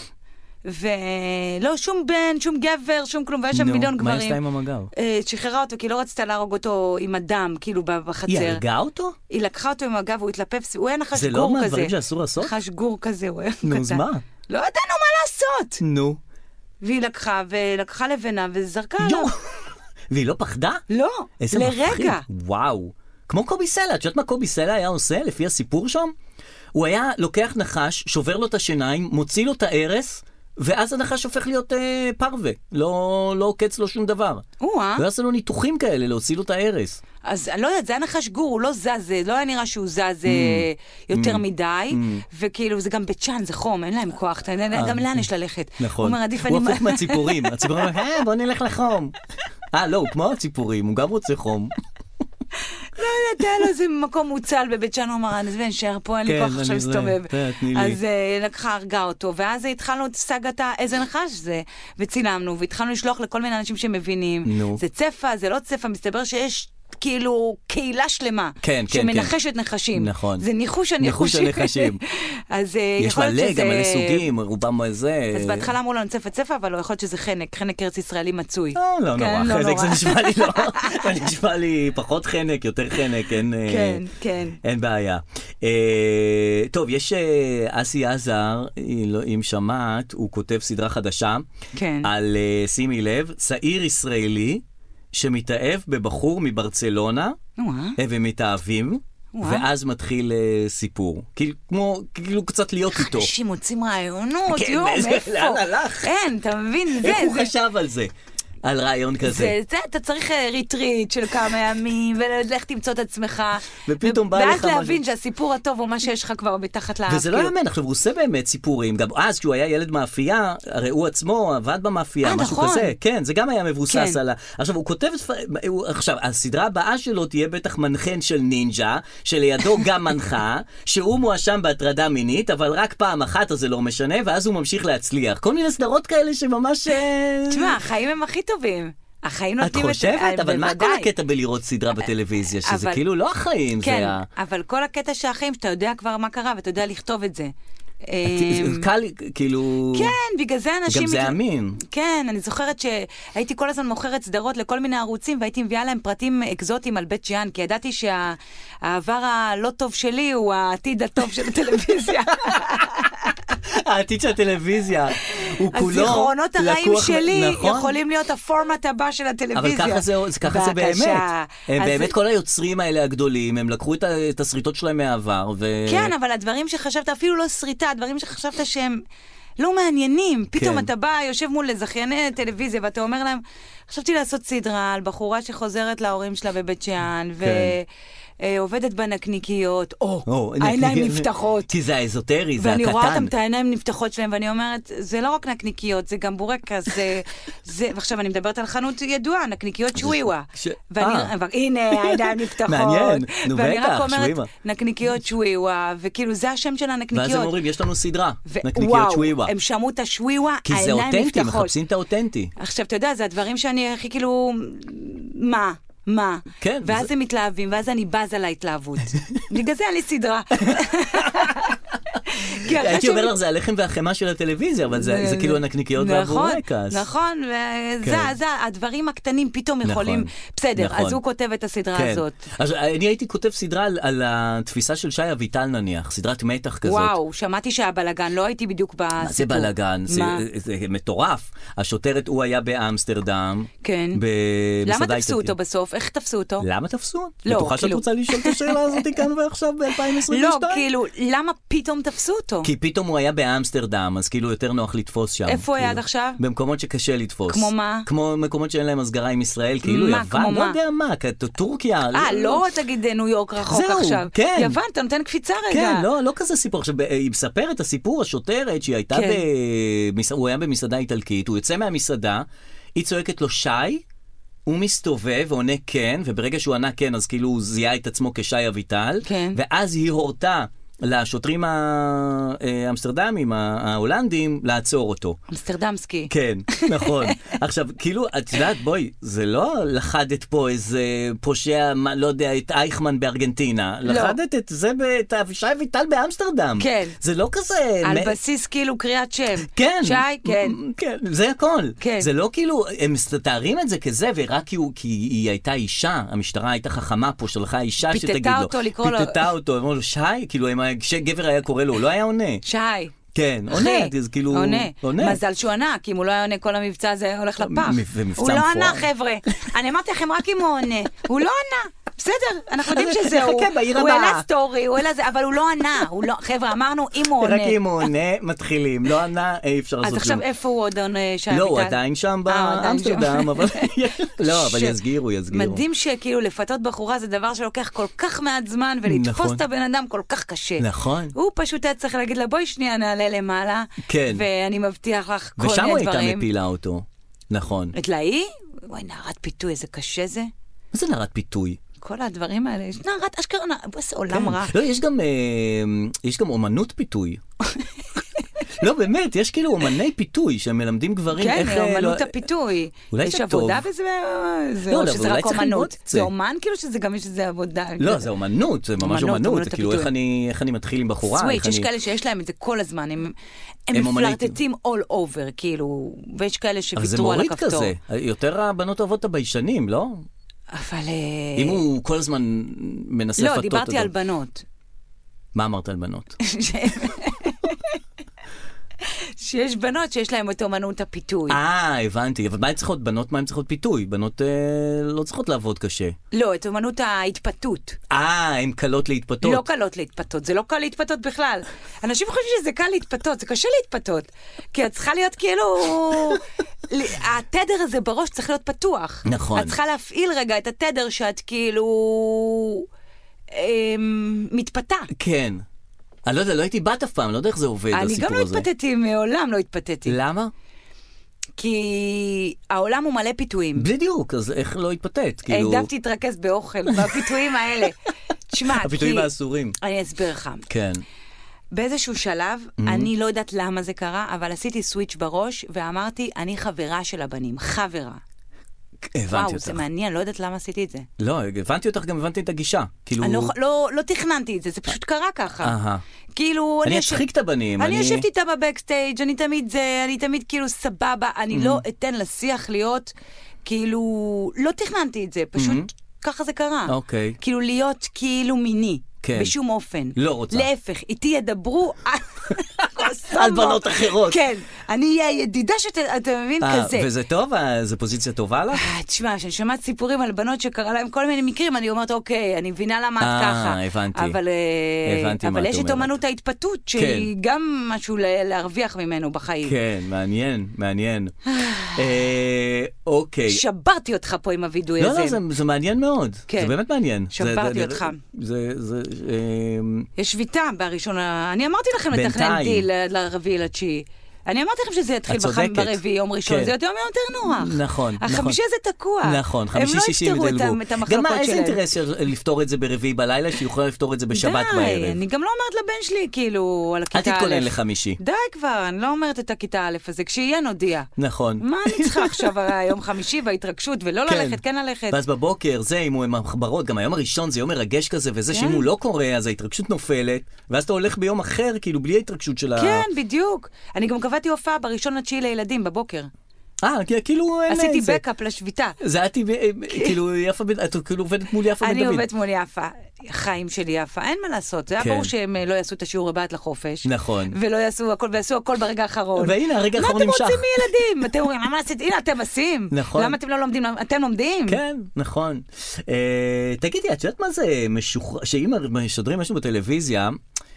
ולא, שום בן, שום גבר, שום כלום, ויש שם מיליון גברים. מה עשתה עם המג"ב? שחררה אותו, כי לא רצתה להרוג אותו עם הדם, כאילו בחצר. היא הרגה אותו? היא לקחה אותו עם המג"ב, הוא התלפף, הוא היה נחש גור כזה. זה לא מהדברים שאסור לעשות? נחש גור כזה, הוא היה קטן. נו, אז מה? לא ידענו מה לעשות. נו. והיא לקחה, ולקחה לבנה, וזרקה עליו. והיא לא פחדה? לא, לרגע. וואו. כמו קובי סלע, את יודעת מה קובי סלע היה עושה לפי הסיפור שם? הוא היה לוקח נחש, שובר לו את השיניים, מוציא לו את הערס, ואז הנחש הופך להיות אה, פרווה, לא, לא קץ לו שום דבר. וואה. הוא עשה לו ניתוחים כאלה, להוציא לו את הערס. אז אני לא יודעת, זה היה נחש גור, הוא לא זז, לא היה נראה שהוא זז mm. יותר mm. מדי, mm. וכאילו זה גם בצ'אן, זה חום, אין להם כוח, אתה, אה. גם לאן יש ללכת. נכון, הוא, אומר, עדיף הוא אני... הפוך מהציפורים, הציפורים אומרים, אה, בוא נלך לחום. אה, לא, הוא כמו הציפורים, הוא גם רוצה חום. לא יודעת, היה לו איזה מקום מוצל בבית שאן, הוא אמר, אני נשאר פה, אין לי כוח עכשיו להסתובב. אז לקחה, הרגה אותו, ואז התחלנו את סגת איזה נחש זה, וצילמנו, והתחלנו לשלוח לכל מיני אנשים שמבינים. זה צפה, זה לא צפה, מסתבר שיש כאילו קהילה שלמה, כן, כן, שמנחשת כן. נחשים. נכון. זה ניחוש הניחושים. ניחוש הנחשים. אז יש מלא, גם מלא סוגים, רובם זה... אז בהתחלה אמרו לנו צפה צפה, אבל לא יכול להיות שזה חנק, חנק ארץ ישראלי מצוי. לא, לא נורא, חנק זה נשמע לי לא, זה נשמע לי פחות חנק, יותר חנק, אין... כן, כן. אין בעיה. טוב, יש אסי עזר, אם שמעת, הוא כותב סדרה חדשה, על, שימי לב, צעיר ישראלי, שמתאהב בבחור מברצלונה, ומתאהבים, ואז מתחיל סיפור. כאילו, כאילו קצת להיות איתו. אנשים מוצאים רעיונות, יום, איפה? לאן הלך? אין, אתה מבין, זה... איך הוא חשב על זה? על רעיון כזה. זה, זה, אתה צריך ריטריט של כמה ימים, וללך תמצוא את עצמך. ופתאום בא לך משהו. ואז להבין שהסיפור הטוב הוא מה שיש לך כבר מתחת לאף. וזה לא יאמן, עכשיו הוא עושה באמת סיפורים. גם אז כשהוא היה ילד מאפייה, הרי הוא עצמו עבד במאפייה, משהו כזה. כן, זה גם היה מבוסס על ה... עכשיו הוא כותב... עכשיו, הסדרה הבאה שלו תהיה בטח מנחן של נינג'ה, שלידו גם מנחה, שהוא מואשם בהטרדה מינית, אבל רק פעם אחת, אז זה לא משנה, ואז הוא ממשיך להצליח. כל מיני סדרות כאלה שממש... תשמע, החיים הם הכי טובים. החיים נותנים את... את חושבת? אבל מה כל הקטע בלראות סדרה בטלוויזיה? שזה כאילו לא החיים. כן, אבל כל הקטע שהחיים, שאתה יודע כבר מה קרה, ואתה יודע לכתוב את זה. קל, כאילו... כן, בגלל זה אנשים... גם זה אמין. כן, אני זוכרת שהייתי כל הזמן מוכרת סדרות לכל מיני ערוצים, והייתי מביאה להם פרטים אקזוטיים על בית שאן, כי ידעתי שהעבר הלא טוב שלי הוא העתיד הטוב של הטלוויזיה. העתיד של הטלוויזיה הוא כולו... הזיכרונות הרעים שלי יכולים להיות הפורמט הבא של הטלוויזיה. אבל ככה זה באמת. הם באמת כל היוצרים האלה הגדולים, הם לקחו את הסריטות שלהם מהעבר. כן, אבל הדברים שחשבת, אפילו לא סריטה, הדברים שחשבת שהם לא מעניינים. פתאום אתה בא, יושב מול זכייני טלוויזיה, ואתה אומר להם, חשבתי לעשות סדרה על בחורה שחוזרת להורים שלה בבית שאן, ו... עובדת בנקניקיות, או, העיניים נפתחות. כי זה האזוטרי, זה הקטן. ואני רואה אותם את העיניים נפתחות שלהם, ואני אומרת, זה לא רק נקניקיות, זה גם בורקס, זה, ועכשיו אני מדברת על חנות ידועה, נקניקיות שוויווה. הנה, העיניים נפתחות. מעניין, נו בטח, ואני רק אומרת, נקניקיות שוויווה, וכאילו זה השם של הנקניקיות. ואז הם אומרים, יש לנו סדרה, נקניקיות שוויווה. הם שמעו את השוויווה, כי זה אותנטי, מחפשים את האותנטי. עכשיו, אתה יודע, זה הדברים שאני הכי כאילו, מה? מה? כן, ואז זה... הם מתלהבים, ואז אני בז על ההתלהבות. בגלל זה אני סדרה. הייתי אומר לך, זה הלחם והחמה של הטלוויזיה, אבל זה כאילו הנקניקיות והבורקס. נכון, וזה הדברים הקטנים פתאום יכולים... בסדר, אז הוא כותב את הסדרה הזאת. אני הייתי כותב סדרה על התפיסה של שי אביטל נניח, סדרת מתח כזאת. וואו, שמעתי שהיה בלגן, לא הייתי בדיוק בסיפור. מה זה בלגן? זה מטורף. השוטרת, הוא היה באמסטרדם. כן. למה תפסו אותו בסוף? איך תפסו אותו? למה תפסו? בטוחה שאת רוצה לשאול את השאלה הזאת כאן ועכשיו ב-אלפיים עשרים ושתיים? לא, כאילו, למה פתאום תפסו אותו? כי פתאום הוא היה באמסטרדם, אז כאילו יותר נוח לתפוס שם. איפה הוא היה עד עכשיו? במקומות שקשה לתפוס. כמו מה? כמו מקומות שאין להם הסגרה עם ישראל, כאילו יוון, לא יודע מה, טורקיה. אה, לא תגיד ניו יורק רחוק עכשיו. יוון, אתה נותן קפיצה רגע. כן, לא כזה סיפור. עכשיו, היא מספרת את הסיפור, השוטרת שהיא הייתה הוא היה במסעדה איטלקית, הוא יוצא מהמסעדה, היא צועקת לו שי, הוא מסתובב ועונה כן, וברגע שהוא ענה כן, אז כאילו הוא זיהה את עצמו כשי אביטל, כן. ואז היא הורתה לשוטרים האמסטרדמים, ההולנדים, לעצור אותו. אמסטרדמסקי. כן, נכון. עכשיו, כאילו, את יודעת, בואי, זה לא לחדת פה איזה פושע, לא יודע, את אייכמן בארגנטינה. לא. לחדת את זה, את שי אביטל באמסטרדם. כן. זה לא כזה... על בסיס כאילו קריאת שם. כן. שי, כן. כן, זה הכל. כן. זה לא כאילו, הם מתארים את זה כזה, ורק כי היא הייתה אישה, המשטרה הייתה חכמה פה, שלחה אישה שתגיד לו. פיתתה אותו לקרוא לו. פיתתה אותו, אמרו לו, שי, כאילו, כשגבר היה קורא לו, הוא לא היה עונה. שי. כן, עונה, אז כאילו... עונה. מזל שהוא ענה, כי אם הוא לא היה עונה, כל המבצע הזה הולך לפח. הוא לא ענה, חבר'ה. אני אמרתי לכם רק אם הוא עונה. הוא לא ענה. בסדר, אנחנו יודעים שזה הוא. הוא העלה סטורי, הוא העלה זה, אבל הוא לא ענה. חבר'ה, אמרנו, אם הוא עונה. רק אם הוא עונה, מתחילים. לא ענה, אי אפשר לעשות אז עכשיו איפה הוא עוד עונה שי אביטל? לא, הוא עדיין שם באמסטרדם, אבל... לא, אבל יסגירו, יסגירו. מדהים שכאילו לפתות בחורה זה דבר שלוקח כל כך מעט זמן, ולתפוס את הבן אדם כל כך קשה. נכון. הוא פשוט היה צריך להגיד לה, בואי שנייה נעלה למעלה, ואני מבטיח לך כל מיני דברים. ושם הוא הייתה מפילה אותו. נכון. את להיא? וואי, נערת פיתוי, איזה קשה זה. מה זה נערת פיתוי? כל הדברים האלה, יש נערת אשכרה, זה עולם רע. לא, יש גם, יש גם אומנות פיתוי. לא, באמת, יש כאילו אומני פיתוי שמלמדים גברים איך... כן, אומנות הפיתוי. אולי זה טוב. יש עבודה בזה, או שזה רק אומנות? זה אומן כאילו שזה גם יש איזה עבודה? לא, זה אומנות, זה ממש אומנות. זה כאילו איך אני מתחיל עם בחורה. סוויץ', יש כאלה שיש להם את זה כל הזמן. הם מפלרטטים all over, כאילו, ויש כאלה שוויתרו על הכפתור. אבל זה מוריד כזה. יותר הבנות אוהבות את הביישנים, לא? אבל... אם הוא כל הזמן מנסה פתות... לא, דיברתי על בנות. מה אמרת על בנות? שיש בנות שיש להן את אומנות הפיתוי. אה, הבנתי. אבל מה הן צריכות? בנות, מה הן צריכות פיתוי? בנות לא צריכות לעבוד קשה. לא, את אומנות ההתפתות. אה, הן קלות להתפתות. לא קלות להתפתות, זה לא קל להתפתות בכלל. אנשים חושבים שזה קל להתפתות, זה קשה להתפתות. כי את צריכה להיות כאילו... התדר הזה בראש צריך להיות פתוח. נכון. את צריכה להפעיל רגע את התדר שאת כאילו... מתפתה. כן. אני לא יודע, לא הייתי בת אף פעם, לא יודע איך זה עובד, הסיפור הזה. אני גם לא התפתתי, מעולם לא התפתתי. למה? כי העולם הוא מלא פיתויים. בדיוק, אז איך לא התפתת? העדפתי להתרכז באוכל, בפיתויים האלה. תשמע, כי... הפיתויים האסורים. אני אסביר לך. כן. באיזשהו שלב, אני לא יודעת למה זה קרה, אבל עשיתי סוויץ' בראש, ואמרתי, אני חברה של הבנים, חברה. וואו, זה מעניין, לא יודעת למה עשיתי את זה. לא, הבנתי אותך, גם הבנתי את הגישה. אני לא תכננתי את זה, זה פשוט קרה ככה. כאילו, אני אשחיק את הבנים. אני יושבת איתה בבקסטייג', אני תמיד זה, אני תמיד כאילו סבבה, אני לא אתן לשיח להיות, כאילו, לא תכננתי את זה, פשוט ככה זה קרה. אוקיי. כאילו להיות כאילו מיני. בשום אופן. לא רוצה. להפך, איתי ידברו על בנות אחרות. כן, אני אהיה ידידה שאתה מבין כזה. וזה טוב? זו פוזיציה טובה לך? תשמע, שאני שומעת סיפורים על בנות שקרה להם כל מיני מקרים, אני אומרת, אוקיי, אני מבינה למה את ככה. אה, הבנתי. אבל יש את אומנות ההתפתות, שהיא גם משהו להרוויח ממנו בחיים. כן, מעניין, מעניין. אוקיי. שברתי אותך פה עם הוידוי הזה. לא, לא, זה מעניין מאוד. זה באמת מעניין. שברתי אותך. זה, זה, יש שביתה בראשון, אני אמרתי לכם לתכנן דיל לרביעי לתשיעי. אני אמרתי לכם שזה יתחיל ברביעי יום ראשון, זה יותר יותר נוח. נכון. החמישי הזה תקוע. נכון, חמישי שישי ודלגו. הם לא יפתרו את המחלקות שלהם. גם מה, איזה אינטרס לפתור את זה ברביעי בלילה, שיוכלו לפתור את זה בשבת בערב? די, אני גם לא אומרת לבן שלי, כאילו, על הכיתה א'. אל תתכונן לחמישי. די כבר, אני לא אומרת את הכיתה א' הזה, כשיהיה נודיע. נכון. מה אני צריכה עכשיו היום חמישי וההתרגשות, ולא ללכת, כן ללכת. ואז בבוקר, זה, אם הוא עם המחברות, גם היום הראשון זה יום מרגש כזה, וזה שאם הוא לא קורא, אז ההתרגשות נופלת, ואז אתה הולך ביום אחר, כאילו, בלי ההתרגשות של ה... כן, בדיוק. אני גם קבעתי הופעה בראשון לתשיעי לילדים בבוקר. אה, כאילו... עשיתי בקאפ לשביתה. זה הייתי, כאילו, יפה, את כאילו עובדת מול יפה בן דוד. אני עובדת מול יפה. חיים שלי יפה, אין מה לעשות. זה היה ברור שהם לא יעשו את השיעור הבאת לחופש. נכון. ולא יעשו הכל, ויעשו הכל ברגע האחרון. והנה, הרגע האחרון נמשך. מה אתם רוצים מילדים? אתם אומרים, מה עשית? הנה, אתם עושים. נכון. למה אתם לא לומדים? אתם לומדים? כן, נכון. תגידי, את יודעת מה זה משוחרר, שאם משדרים משהו בטלוויזיה,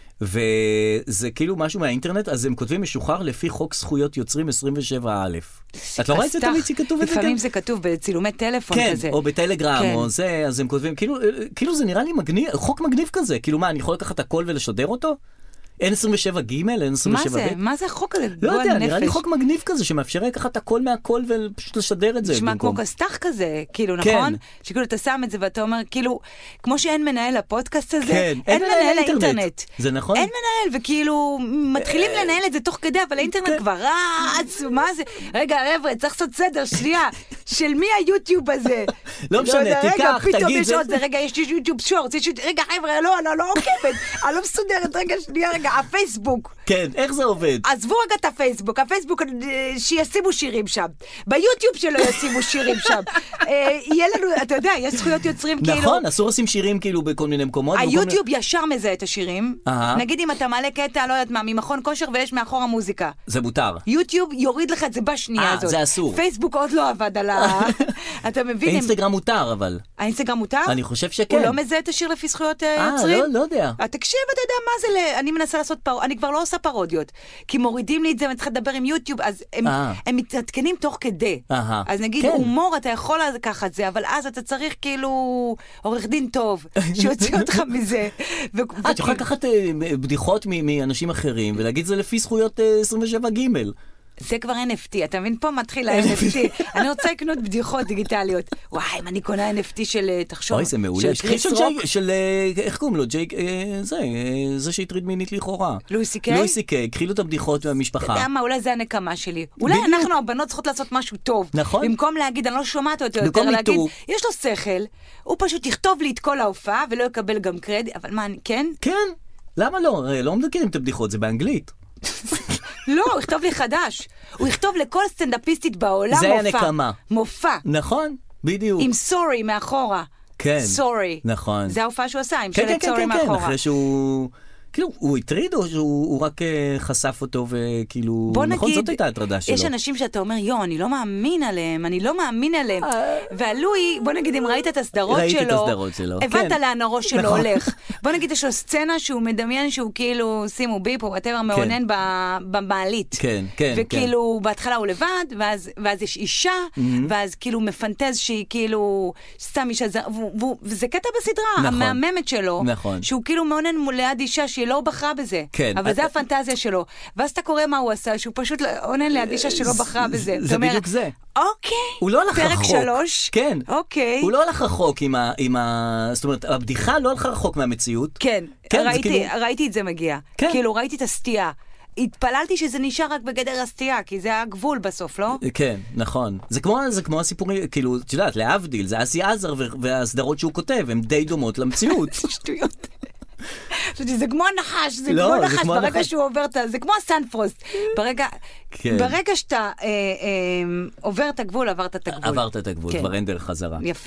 וזה כאילו משהו מהאינטרנט, אז הם כותבים משוחרר לפי חוק זכויות יוצרים עשרים ושבע א'. את לא רואה את זה תמיד שכתוב את זה? לפעמים זה כתוב בצילומי טלפון כזה. כן, או בטלגרם, או זה, אז הם כותבים, כאילו זה נראה לי מגניב, חוק מגניב כזה, כאילו מה, אני יכול לקחת הכל ולשדר אותו? אין עשרים ושבע ג', אין עשרים ושבע ב'. מה זה? מה זה החוק הזה? לא יודע, נראה לי חוק מגניב כזה, שמאפשר לקחת הכל מהכל ופשוט לשדר את זה. נשמע כמו כסתח כזה, כאילו, נכון? שכאילו אתה שם את זה ואתה אומר, כאילו, כמו שאין מנהל לפודקאסט הזה, אין מנהל לאינטרנט. זה נכון? אין מנהל, וכאילו, מתחילים לנהל את זה תוך כדי, אבל האינטרנט כבר רץ, מה זה? רגע, חבר'ה, צריך לעשות סדר, שנייה, של מי היוטיוב הזה? לא משנה, תיקח, תגיד. רגע, יש יוטיוב שורט, רגע, חבר'ה, לא, לא, לא עוקבת, אני לא מסודרת, רגע, שנייה, רגע, הפייסבוק. כן, איך זה עובד? עזבו רגע את הפייסבוק, הפייסבוק שישימו שירים שם. ביוטיוב שלו ישימו שירים שם. יהיה לנו, אתה יודע, יש זכויות יוצרים כאילו... נכון, אסור לשים שירים כאילו בכל מיני מקומות. היוטיוב ישר מזהה את השירים. נגיד אם אתה מעלה קטע, לא יודעת מה, ממכון כושר ויש מאחור המוזיקה. זה מותר. יוטיוב יוריד לך את זה בשנייה הזאת. זה אסור. פייסבוק עוד לא עבד על ה... אתה מבין? האינסטגרם מותר, אבל. האינסטגרם מותר? אני חושב שכן. הוא לא מזהה את השיר לפי זכויות יוצרים? אה, לא יודע. תקשיב, אתה יודע מה זה, אני מנסה לעשות פר... אני כבר לא עושה פרודיות, כי מורידים לי את זה, ואני צריכה לדבר עם יוטיוב, אז הם, הם מתעדכנים תוך כדי. אז נגיד, כן. הומור, אתה יכול לקחת זה, אבל אז אתה צריך כאילו עורך דין טוב, שיוציא אותך מזה. ו... את יכולה לקחת בדיחות מאנשים אחרים, ולהגיד זה לפי זכויות עשרים ושבע ג'. זה כבר אן אף טי, אתה מבין? פה מתחיל ה-אן אף טי. אני רוצה לקנות בדיחות דיגיטליות. וואי, אם אני קונה אן אף טי של, תחשוב, אוי, זה מעולה. של קריס רוק. של, איך קוראים לו? ג'ייק, זה, זה שהטריד מינית לכאורה. לואי סי קיי? לואי סי קיי, קחי לו את הבדיחות מהמשפחה. אתה יודע מה, אולי זה הנקמה שלי. אולי אנחנו, הבנות, צריכות לעשות משהו טוב. נכון. במקום להגיד, אני לא שומעת אותו יותר, להגיד, יש לו שכל, הוא פשוט יכתוב לי את כל ההופעה, ולא יקבל גם קרדיט, אבל מה, כן? כן. למה לא? לא מכירים את הבדיחות, זה באנגלית. לא, הוא יכתוב לי חדש. הוא יכתוב לכל סטנדאפיסטית בעולם מופע. זה הנקמה. מופע. נכון, בדיוק. עם סורי מאחורה. כן. סורי. נכון. זה ההופעה שהוא עשה, עם כן, שלט כן, סורי כן, מאחורה. כן, אחרי שהוא... כאילו, הוא הטריד או שהוא רק חשף אותו וכאילו... בוא נגיד, נכון, זאת הייתה הטרדה שלו. יש אנשים שאתה אומר, יו, אני לא מאמין עליהם, אני לא מאמין עליהם. והלואי, בוא נגיד, אם ראית את הסדרות שלו... ראיתי את הסדרות שלו. הבנת לאן הראש שלו הולך. בוא נגיד, יש לו סצנה שהוא מדמיין שהוא כאילו, שימו ביפ או whatever, מעונן במעלית. כן, כן. וכאילו, בהתחלה הוא לבד, ואז יש אישה, ואז כאילו מפנטז שהיא כאילו, סתם אישה, וזה קטע בסדרה, המהממת שלו, שהוא כאילו מעונן ליד אישה שהיא לא בחרה בזה. כן. אבל זה הפנטזיה שלו. ואז אתה קורא מה הוא עשה, שהוא פשוט עונן ליד אישה שלא בחרה בזה. זה בדיוק זה. אוקיי. הוא לא הלך רחוק. פרק שלוש. כן. אוקיי. הוא לא הלך רחוק עם ה... זאת אומרת, הבדיחה לא הלכה רחוק מהמציאות. כן. ראיתי את זה מגיע. כאילו, ראיתי את הסטייה. התפללתי שזה נשאר רק בגדר הסטייה, כי זה הגבול בסוף, לא? כן, נכון. זה כמו, זה כמו הסיפורים, כאילו, את יודעת, להבדיל, זה אסי עזר והסדרות שהוא כותב, הן די דומות למציאות. שטויות. זה כמו הנחש, זה כמו נחש, ברגע שהוא עובר את ה... זה כמו הסנפרוסט. ברגע שאתה עובר את הגבול, עברת את הגבול. עברת את הגבול, כבר אין דרך חזרה. יפה.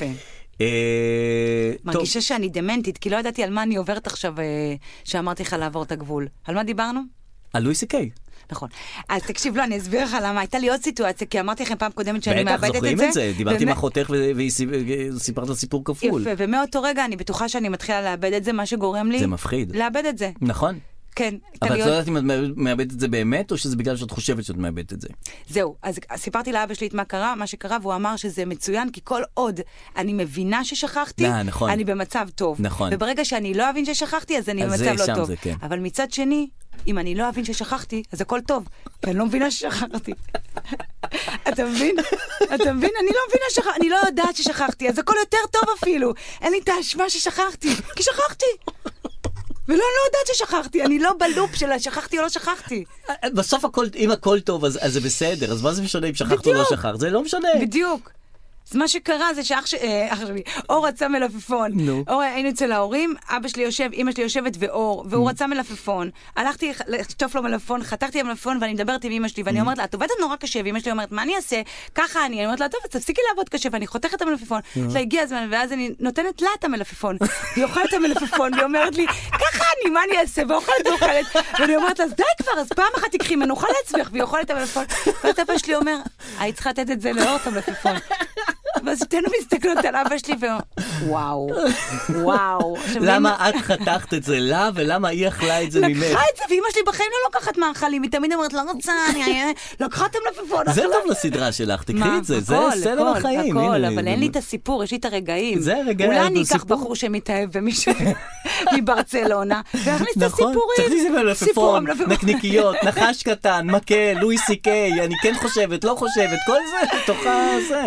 מרגישה שאני דמנטית, כי לא ידעתי על מה אני עוברת עכשיו שאמרתי לך לעבור את הגבול. על מה דיברנו? על לואי סי קיי. נכון. אז תקשיב, לא, אני אסביר לך למה. הייתה לי עוד סיטואציה, כי אמרתי לכם פעם קודמת שאני מאבדת את זה. בטח, זוכרים את זה. דיברתי עם אחותך וסיפרת סיפור כפול. יפה, ומאותו רגע אני בטוחה שאני מתחילה לאבד את זה, מה שגורם לי... זה מפחיד. לאבד את זה. נכון. כן. אבל את לא יודעת אם את מאבדת את זה באמת, או שזה בגלל שאת חושבת שאת מאבדת את זה? זהו, אז סיפרתי לאבא שלי את מה קרה, מה שקרה, והוא אמר שזה מצוין, כי כל עוד אני מבינה ששכחתי, אני במצב טוב. נכון. וברגע שאני לא אבין ששכחתי, אז אני במצב לא טוב. אבל מצד שני, אם אני לא אבין ששכחתי, אז הכל טוב, כי אני לא מבינה ששכחתי. אתה מבין? אתה מבין? אני לא מבינה ששכחתי, אני לא יודעת ששכחתי, אז הכל יותר טוב אפילו. אין לי את האשמה ששכחתי, כי שכחתי. ולא, לא יודעת ששכחתי, אני לא בלופ של שכחתי או לא שכחתי. בסוף הכל, אם הכל טוב, אז זה בסדר, אז מה זה משנה אם שכחת או לא שכחת? זה לא משנה. בדיוק. אז מה שקרה זה שאח שלי, אור רצה מלפפון. אור, היינו אצל ההורים, אבא שלי יושב, אמא שלי יושבת ואור, והוא רצה מלפפון. הלכתי לשטוף לו מלפפון, חתכתי המלפפון, ואני מדברת עם אמא שלי, ואני אומרת לה, את עובדת נורא קשה, ואמא שלי אומרת, מה אני אעשה? ככה אני, אני אומרת לה, טוב, תפסיקי לעבוד קשה, ואני חותכת את המלפפון. והגיע הזמן, ואז אני נותנת לה את המלפפון. והיא אוכלת את המלפפון, והיא אומרת לי, ככה אני, מה אני אעשה? ואוכלת ואוכלת. ואני אומרת לה, אז די כבר, אז פעם אחת תקחי מנוחה לעצמך, והיא אוכלת את המלפפון. ואז אבא שלי אומר, היית צריכה לתת את זה לאור את המלפפון. ואז שתינו מסתכלות על אבא שלי וואו, וואו. למה את חתכת את זה לה, ולמה היא אכלה את זה ממך? לקחה את זה, ואמא שלי בחיים לא לוקחת מאכלים, היא תמיד אומרת, לא רוצה, אני לקחה את המלפפון. זה טוב לסדרה שלך, תקחי את זה, זה סלם החיים. הכל, אבל אין לי את הסיפור, יש לי את הרגעים. זה הרגעים. אולי אני אקח בחור שמתאהב במישהו מברצלונה, ואכניס את הסיפורים. תכניס את מלפפון, נקניקיות, נחש קטן, מקל, לואי סי קיי, אני כן חושבת, לא חושבת, כל זה תוכה זה.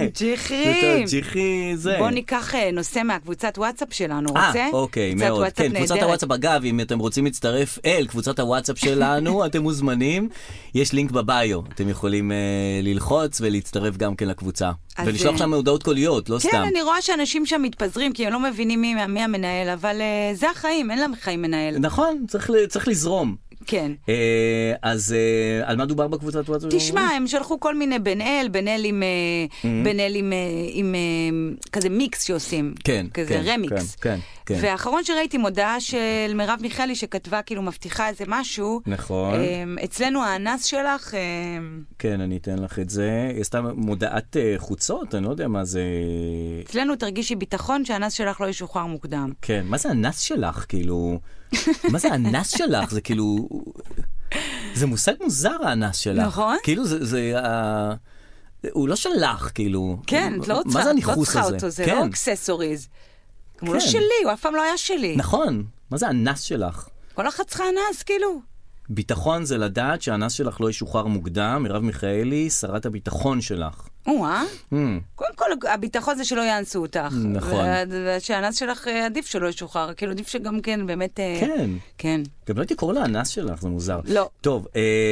ג'יחי, בוא ניקח נושא מהקבוצת וואטסאפ שלנו, רוצה? אה, אוקיי, מאוד. כן, קבוצת הוואטסאפ, אגב, אם אתם רוצים להצטרף אל קבוצת הוואטסאפ שלנו, אתם מוזמנים, יש לינק בביו, אתם יכולים ללחוץ ולהצטרף גם כן לקבוצה. ולשלוח שם הודעות קוליות, לא סתם. כן, אני רואה שאנשים שם מתפזרים, כי הם לא מבינים מי המנהל, אבל זה החיים, אין להם חיים מנהל. נכון, צריך לזרום. כן. אז על מה דובר בקבוצת וואטסאפ? תשמע, הם שלחו כל מיני בן אל, בן אל עם, בן אל עם, עם כזה מיקס שעושים. כן, כזה רמיקס. כן, כן. והאחרון שראיתי מודעה של מרב מיכאלי שכתבה כאילו מבטיחה איזה משהו. נכון. אצלנו האנס שלך. כן, אני אתן לך את זה. יש סתם מודעת חוצות, אני לא יודע מה זה. אצלנו תרגישי ביטחון שהאנס שלך לא ישוחרר מוקדם. כן, מה זה האנס שלך? כאילו... מה זה האנס שלך? זה כאילו... זה מושג מוזר האנס שלך. נכון. כאילו זה... זה הוא לא שלך, כאילו. כן, את לא צריכה אותו, זה לא אקססוריז. הוא לא שלי, הוא אף פעם לא היה שלי. נכון. מה זה האנס שלך? כל אחת צריכה אנס, כאילו. ביטחון זה לדעת שהאנס שלך לא ישוחרר מוקדם. מרב מיכאלי, שרת הביטחון שלך. או-אה? קודם כל, הביטחון זה שלא יאנסו אותך. נכון. שהאנס שלך עדיף שלא ישוחרר. כאילו, עדיף שגם כן, באמת... כן. כן. גם לא הייתי קורא לאנס שלך, זה מוזר. לא. טוב,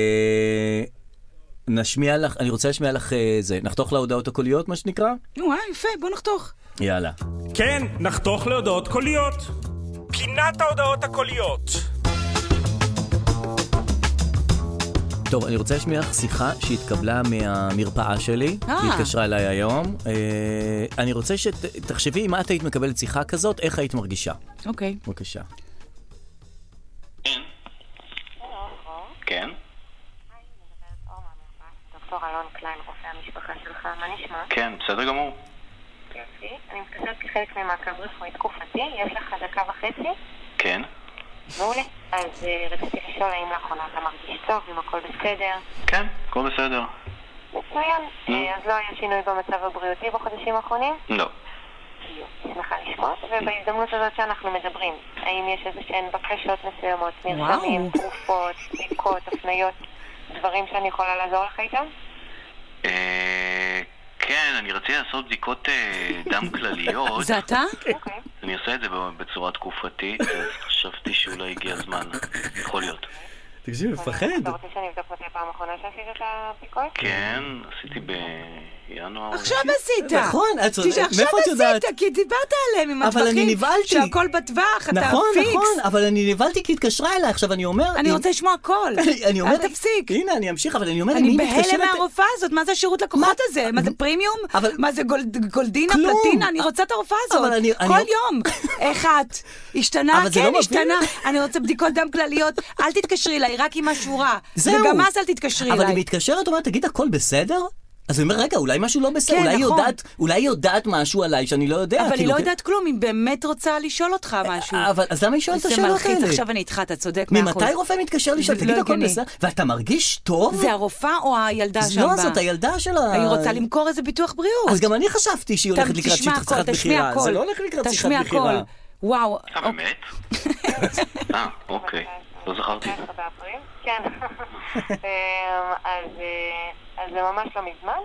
נשמיע לך, אני רוצה לשמיע לך זה. נחתוך להודעות הקוליות, מה שנקרא? או-אה, יפה, בוא נחתוך. יאללה. כן, נחתוך להודעות קוליות. פינת ההודעות הקוליות. טוב, אני רוצה לשמיע לך שיחה שהתקבלה מהמרפאה שלי, היא התקשרה אליי היום. אני רוצה שתחשבי אם את היית מקבלת שיחה כזאת, איך היית מרגישה? אוקיי. בבקשה. כן. כן. דוקטור אלון קליין, רופא המשפחה שלך, מה נשמע? כן, בסדר גמור. יופי, אני מתקשרת כחלק ממעקב רפואי תקופתי, יש לך דקה וחצי? כן. מעולה. אז רציתי לשאול האם לאחרונה אתה מרגיש טוב, אם הכל בסדר? כן, הכל בסדר. מצוין. אז לא היה שינוי במצב הבריאותי בחודשים האחרונים? לא. שמחה לשמוע, ובהזדמנות הזאת שאנחנו מדברים, האם יש איזה שהן בקשות מסוימות, מרשמים, תרופות, בדיקות, הפניות, דברים שאני יכולה לעזור לך איתם? כן, אני רציתי לעשות בדיקות דם כלליות. זה אתה? אני עושה את זה בצורה תקופתית, אז חשבתי שאולי הגיע הזמן. יכול להיות. תקשיב, מפחד. אתה רוצה שאני אבדוק מתי פעם אחרונה שעשית את הבדיקות? כן, עשיתי בינואר. עכשיו עשית. נכון, את צודקת. עכשיו עשית, כי דיברת עליהם עם הטווחים. אבל אני נבלתי. שהכל בטווח, אתה נכון, פיקס. נכון, אבל אני נבלתי כי התקשרה אליי. עכשיו אני אומר... אני רוצה לשמוע הכל. אל תפסיק. הנה, אני אמשיך, אבל אני אומר... אני בהלם מהרופאה הזאת, מה זה השירות לקוחות הזה? מה זה פרימיום? מה זה גולדינה, פלטינה? אני רוצה את הרופאה הזאת. כל יום. איך את? השתנה? כן, השתנה. אני רוצה בדיקות דם כלליות. אל תתקשרי אליי, רק עם השורה. וגם אז אל תתקשרי אליי. אבל היא מתקשרת, אומרת, תגיד, הכל בסדר? אז אני אומר, רגע, אולי משהו לא בסדר, אולי, נכון. יודעת, אולי היא יודעת משהו עליי שאני לא יודע. אבל כאילו, היא לא יודעת כלום, היא באמת רוצה לשאול אותך משהו. אבל אז למה היא שואלת את השאלות האלה? עכשיו אני איתך, אתה צודק מאה אחוז. ממתי רופא מתקשר לשאול, תגיד לא הכל בסדר? ואתה מרגיש טוב? זה הרופאה או הילדה שם? לא, זאת הילדה שלה. היא רוצה למכור איזה ביטוח בריאות. אז גם אני חשבתי שהיא הולכת לקראת שיחת בחירה. זה לא הולך לקראת שיחת בחירה. וואו. אה, באמת? אה, אוקיי. לא זכרתי. כן. אז זה ממש לא מזמן.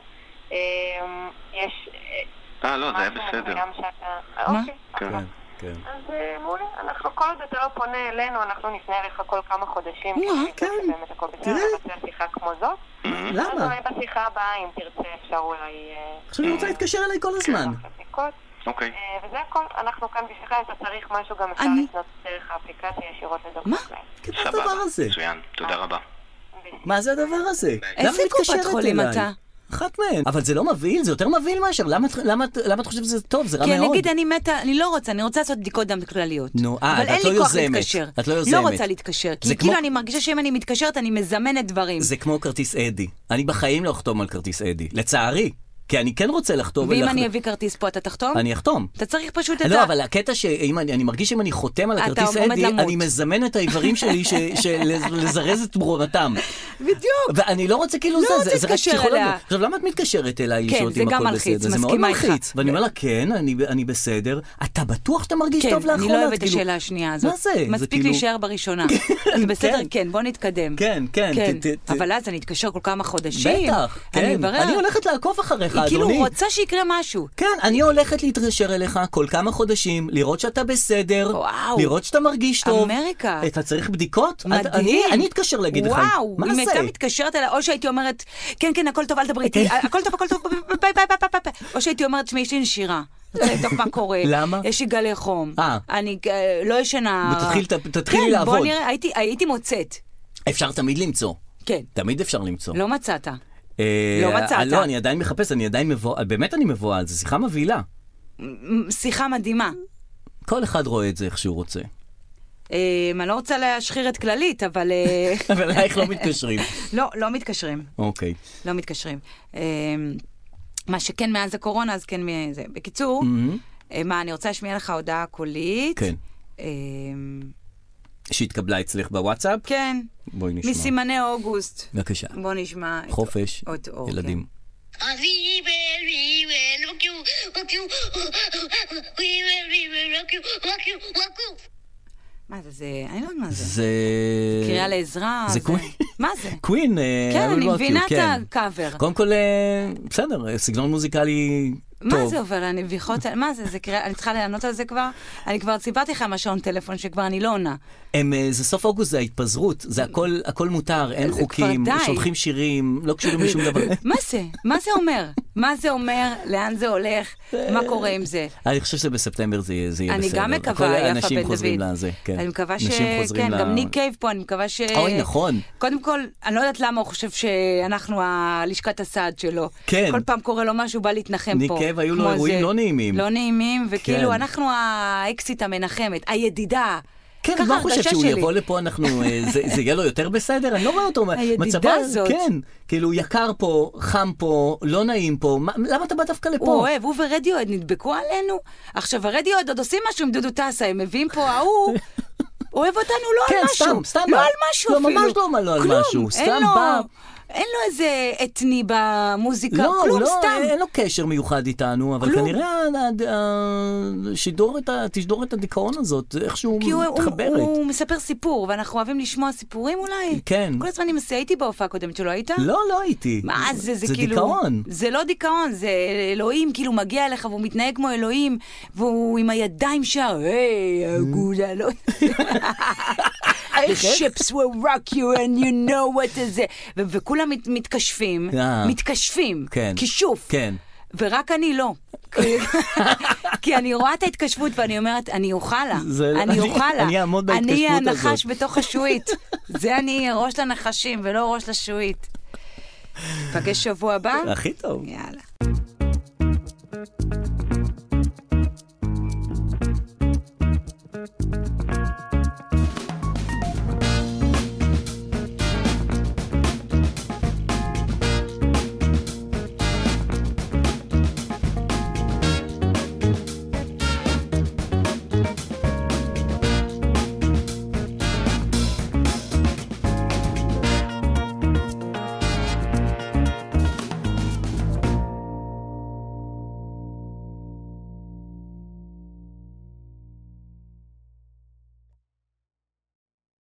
יש... אה, לא, זה היה בסדר. מה? כן, כן. אז מעולה, אנחנו כל עוד אתה לא פונה אלינו, אנחנו נפנה אליך כל כמה חודשים. כן. באמת הכל בסדר, נבצע שיחה כמו זאת. למה? אז אולי בשיחה הבאה, אם תרצה, אפשר אולי... עכשיו אני רוצה להתקשר אליי כל הזמן. אוקיי. וזה הכל, אנחנו כאן בשבילך, אם אתה צריך משהו, גם אפשר לפנות דרך האפליקציה ישירות לדוקטור. מה? כן, מה הדבר הזה? מצוין, תודה רבה. מה זה הדבר הזה? איזה קופת חולים אתה? אחת מהן. אבל זה לא מבהיל, זה יותר מבהיל מאשר. למה, למה, למה אתה חושב שזה טוב? זה רע מאוד. כי אני אגיד, אני מתה, אני לא רוצה, אני רוצה לעשות בדיקות דם כלליות. נו, אה, אבל אין לי כוח להתקשר. את לא יוזמת. לא רוצה להתקשר. כי כאילו אני מרגישה שאם אני מתקשרת, אני מזמנת דברים. זה כמו כרטיס אדי. אני בחיים לא אחתום על כרטיס אדי. לצערי. כי אני כן רוצה לחתום. ואם אני אביא כרטיס פה, אתה תחתום? אני אחתום. אתה צריך פשוט את ה... לא, אבל הקטע שאני מרגיש שאם אני חותם על הכרטיס אדי, אני מזמן את האיברים שלי לזרז את ברונתם. בדיוק. ואני לא רוצה כאילו זה, זה רק פסיכולוגיה. עכשיו, למה את מתקשרת אליי לשאול אותי אם הכל בסדר? זה מאוד מלחיץ. ואני אומר לה, כן, אני בסדר. אתה בטוח שאתה מרגיש טוב לאחרונה? אני לא אוהבת את השאלה השנייה הזאת. מה זה? מספיק להישאר בראשונה. זה בסדר? כן, בוא נתקדם. כן, כן. אבל אז אני אתקשר כל כמה חודשים. בטח, כן. אני הולכת לעקוב אחריך, היא כאילו רוצה שיקרה משהו. כן, אני הולכת להתקשר אליך כל כמה חודשים, לראות שאתה בסדר, וואו. לראות שאתה מרגיש טוב. אמריקה. אתה צריך בדיקות? מדהים. אני, אני אתקשר להגיד לך. וואו. מה אם זה? הייתה מתקשרת אליה, או שהייתי אומרת, כן, כן, הכל טוב, אל תדברי איתי, הכל טוב, הכל טוב, ביי, ביי, ביי, ביי. או שהייתי אומרת, שמי, יש לי נשירה. רוצה לבדוק מה קורה. למה? יש לי גלי חום. אה. אני לא ישנה. תתחילי לעבוד. בוא נראה, הייתי מוצאת. אפשר תמיד למצוא. כן. תמיד אפשר למצוא. לא מצאת. לא מצאת. לא, אני עדיין מחפש, אני עדיין מבואה, באמת אני מבואה, זו שיחה מבהילה. שיחה מדהימה. כל אחד רואה את זה איך שהוא רוצה. אני לא רוצה להשחיר את כללית, אבל... אבל איך לא מתקשרים? לא, לא מתקשרים. אוקיי. לא מתקשרים. מה שכן מאז הקורונה, אז כן מזה. בקיצור, מה, אני רוצה להשמיע לך הודעה קולית. כן. שהתקבלה אצלך בוואטסאפ? כן. בואי נשמע. מסימני אוגוסט. בבקשה. בוא נשמע. חופש, ילדים. מה זה? זה... אני לא יודעת מה זה. זה... קריאה לעזרה. זה קווין. מה זה? קווין. כן, אני מבינה את הקאבר. קודם כל, בסדר, סגנון מוזיקלי... מה זה אבל הנביחות, מה זה, זה קריאה, אני צריכה לענות על זה כבר? אני כבר ציפרתי לך מהשעון טלפון שכבר אני לא עונה. זה סוף אוגוסט, זה ההתפזרות, זה הכל, הכל מותר, אין חוקים, שולחים שירים, לא קשורים לשום דבר. מה זה? מה זה אומר? מה זה אומר? לאן זה הולך? מה קורה עם זה? אני חושב שבספטמבר זה יהיה בסדר. אני גם מקווה, יפה בן דוד. אנשים חוזרים לזה, כן. אני מקווה ש... כן, גם ניק קייב פה, אני מקווה ש... אוי, נכון. קודם כל, אני לא יודעת למה הוא חושב שאנחנו הלשכת הסעד שלו. כן. כל פעם קורה לו משהו, בא להתנחם פה. ניק קייב היו לו אירועים לא נעימים. לא נעימים, וכאילו אנחנו האקסיט המנחמת, הידידה. כן, מה חושב שהוא יבוא לפה, אנחנו, זה, זה יהיה לו יותר בסדר? אני לא רואה אותו. הידידה הזאת. כן, כאילו יקר פה, חם פה, לא נעים פה, מה, למה אתה בא דווקא לפה? הוא אוהב, הוא ורדיואד נדבקו עלינו. עכשיו, הרדיואד עוד עושים משהו עם דודו טסה, הם מביאים פה, ההוא, אוהב אותנו לא כן, על משהו. סתם, סתם לא בא. על משהו לא, אפילו. ממש לא, לא על כלום, משהו, סתם אין לו, בא. אין לו איזה אתני במוזיקה, לא, כלום, לא, סתם. אין לו קשר מיוחד איתנו, אבל כלום. כנראה שידור את, תשדור את הדיכאון הזאת, איכשהו מתחברת. הוא, הוא, הוא מספר סיפור, ואנחנו אוהבים לשמוע סיפורים אולי. כן. כל הזמן אני הייתי בהופעה קודמת שלא היית? לא, לא הייתי. מה זה, זה, זה כאילו... דיכאון. זה לא דיכאון, זה אלוהים כאילו מגיע אליך, והוא מתנהג כמו אלוהים, והוא עם הידיים שר, היי, אגודה, לא... The ships will rock you and you know what is it. וכולם מתקשפים, מתקשפים, כישוף. כן. ורק אני לא. כי אני רואה את ההתקשבות ואני אומרת, אני אוכל לה. אני אוכל לה. אני אעמוד בהתקשבות הזאת. אני הנחש בתוך השועית. זה אני ראש לנחשים ולא ראש לשועית. פגש שבוע הבא? הכי טוב. יאללה.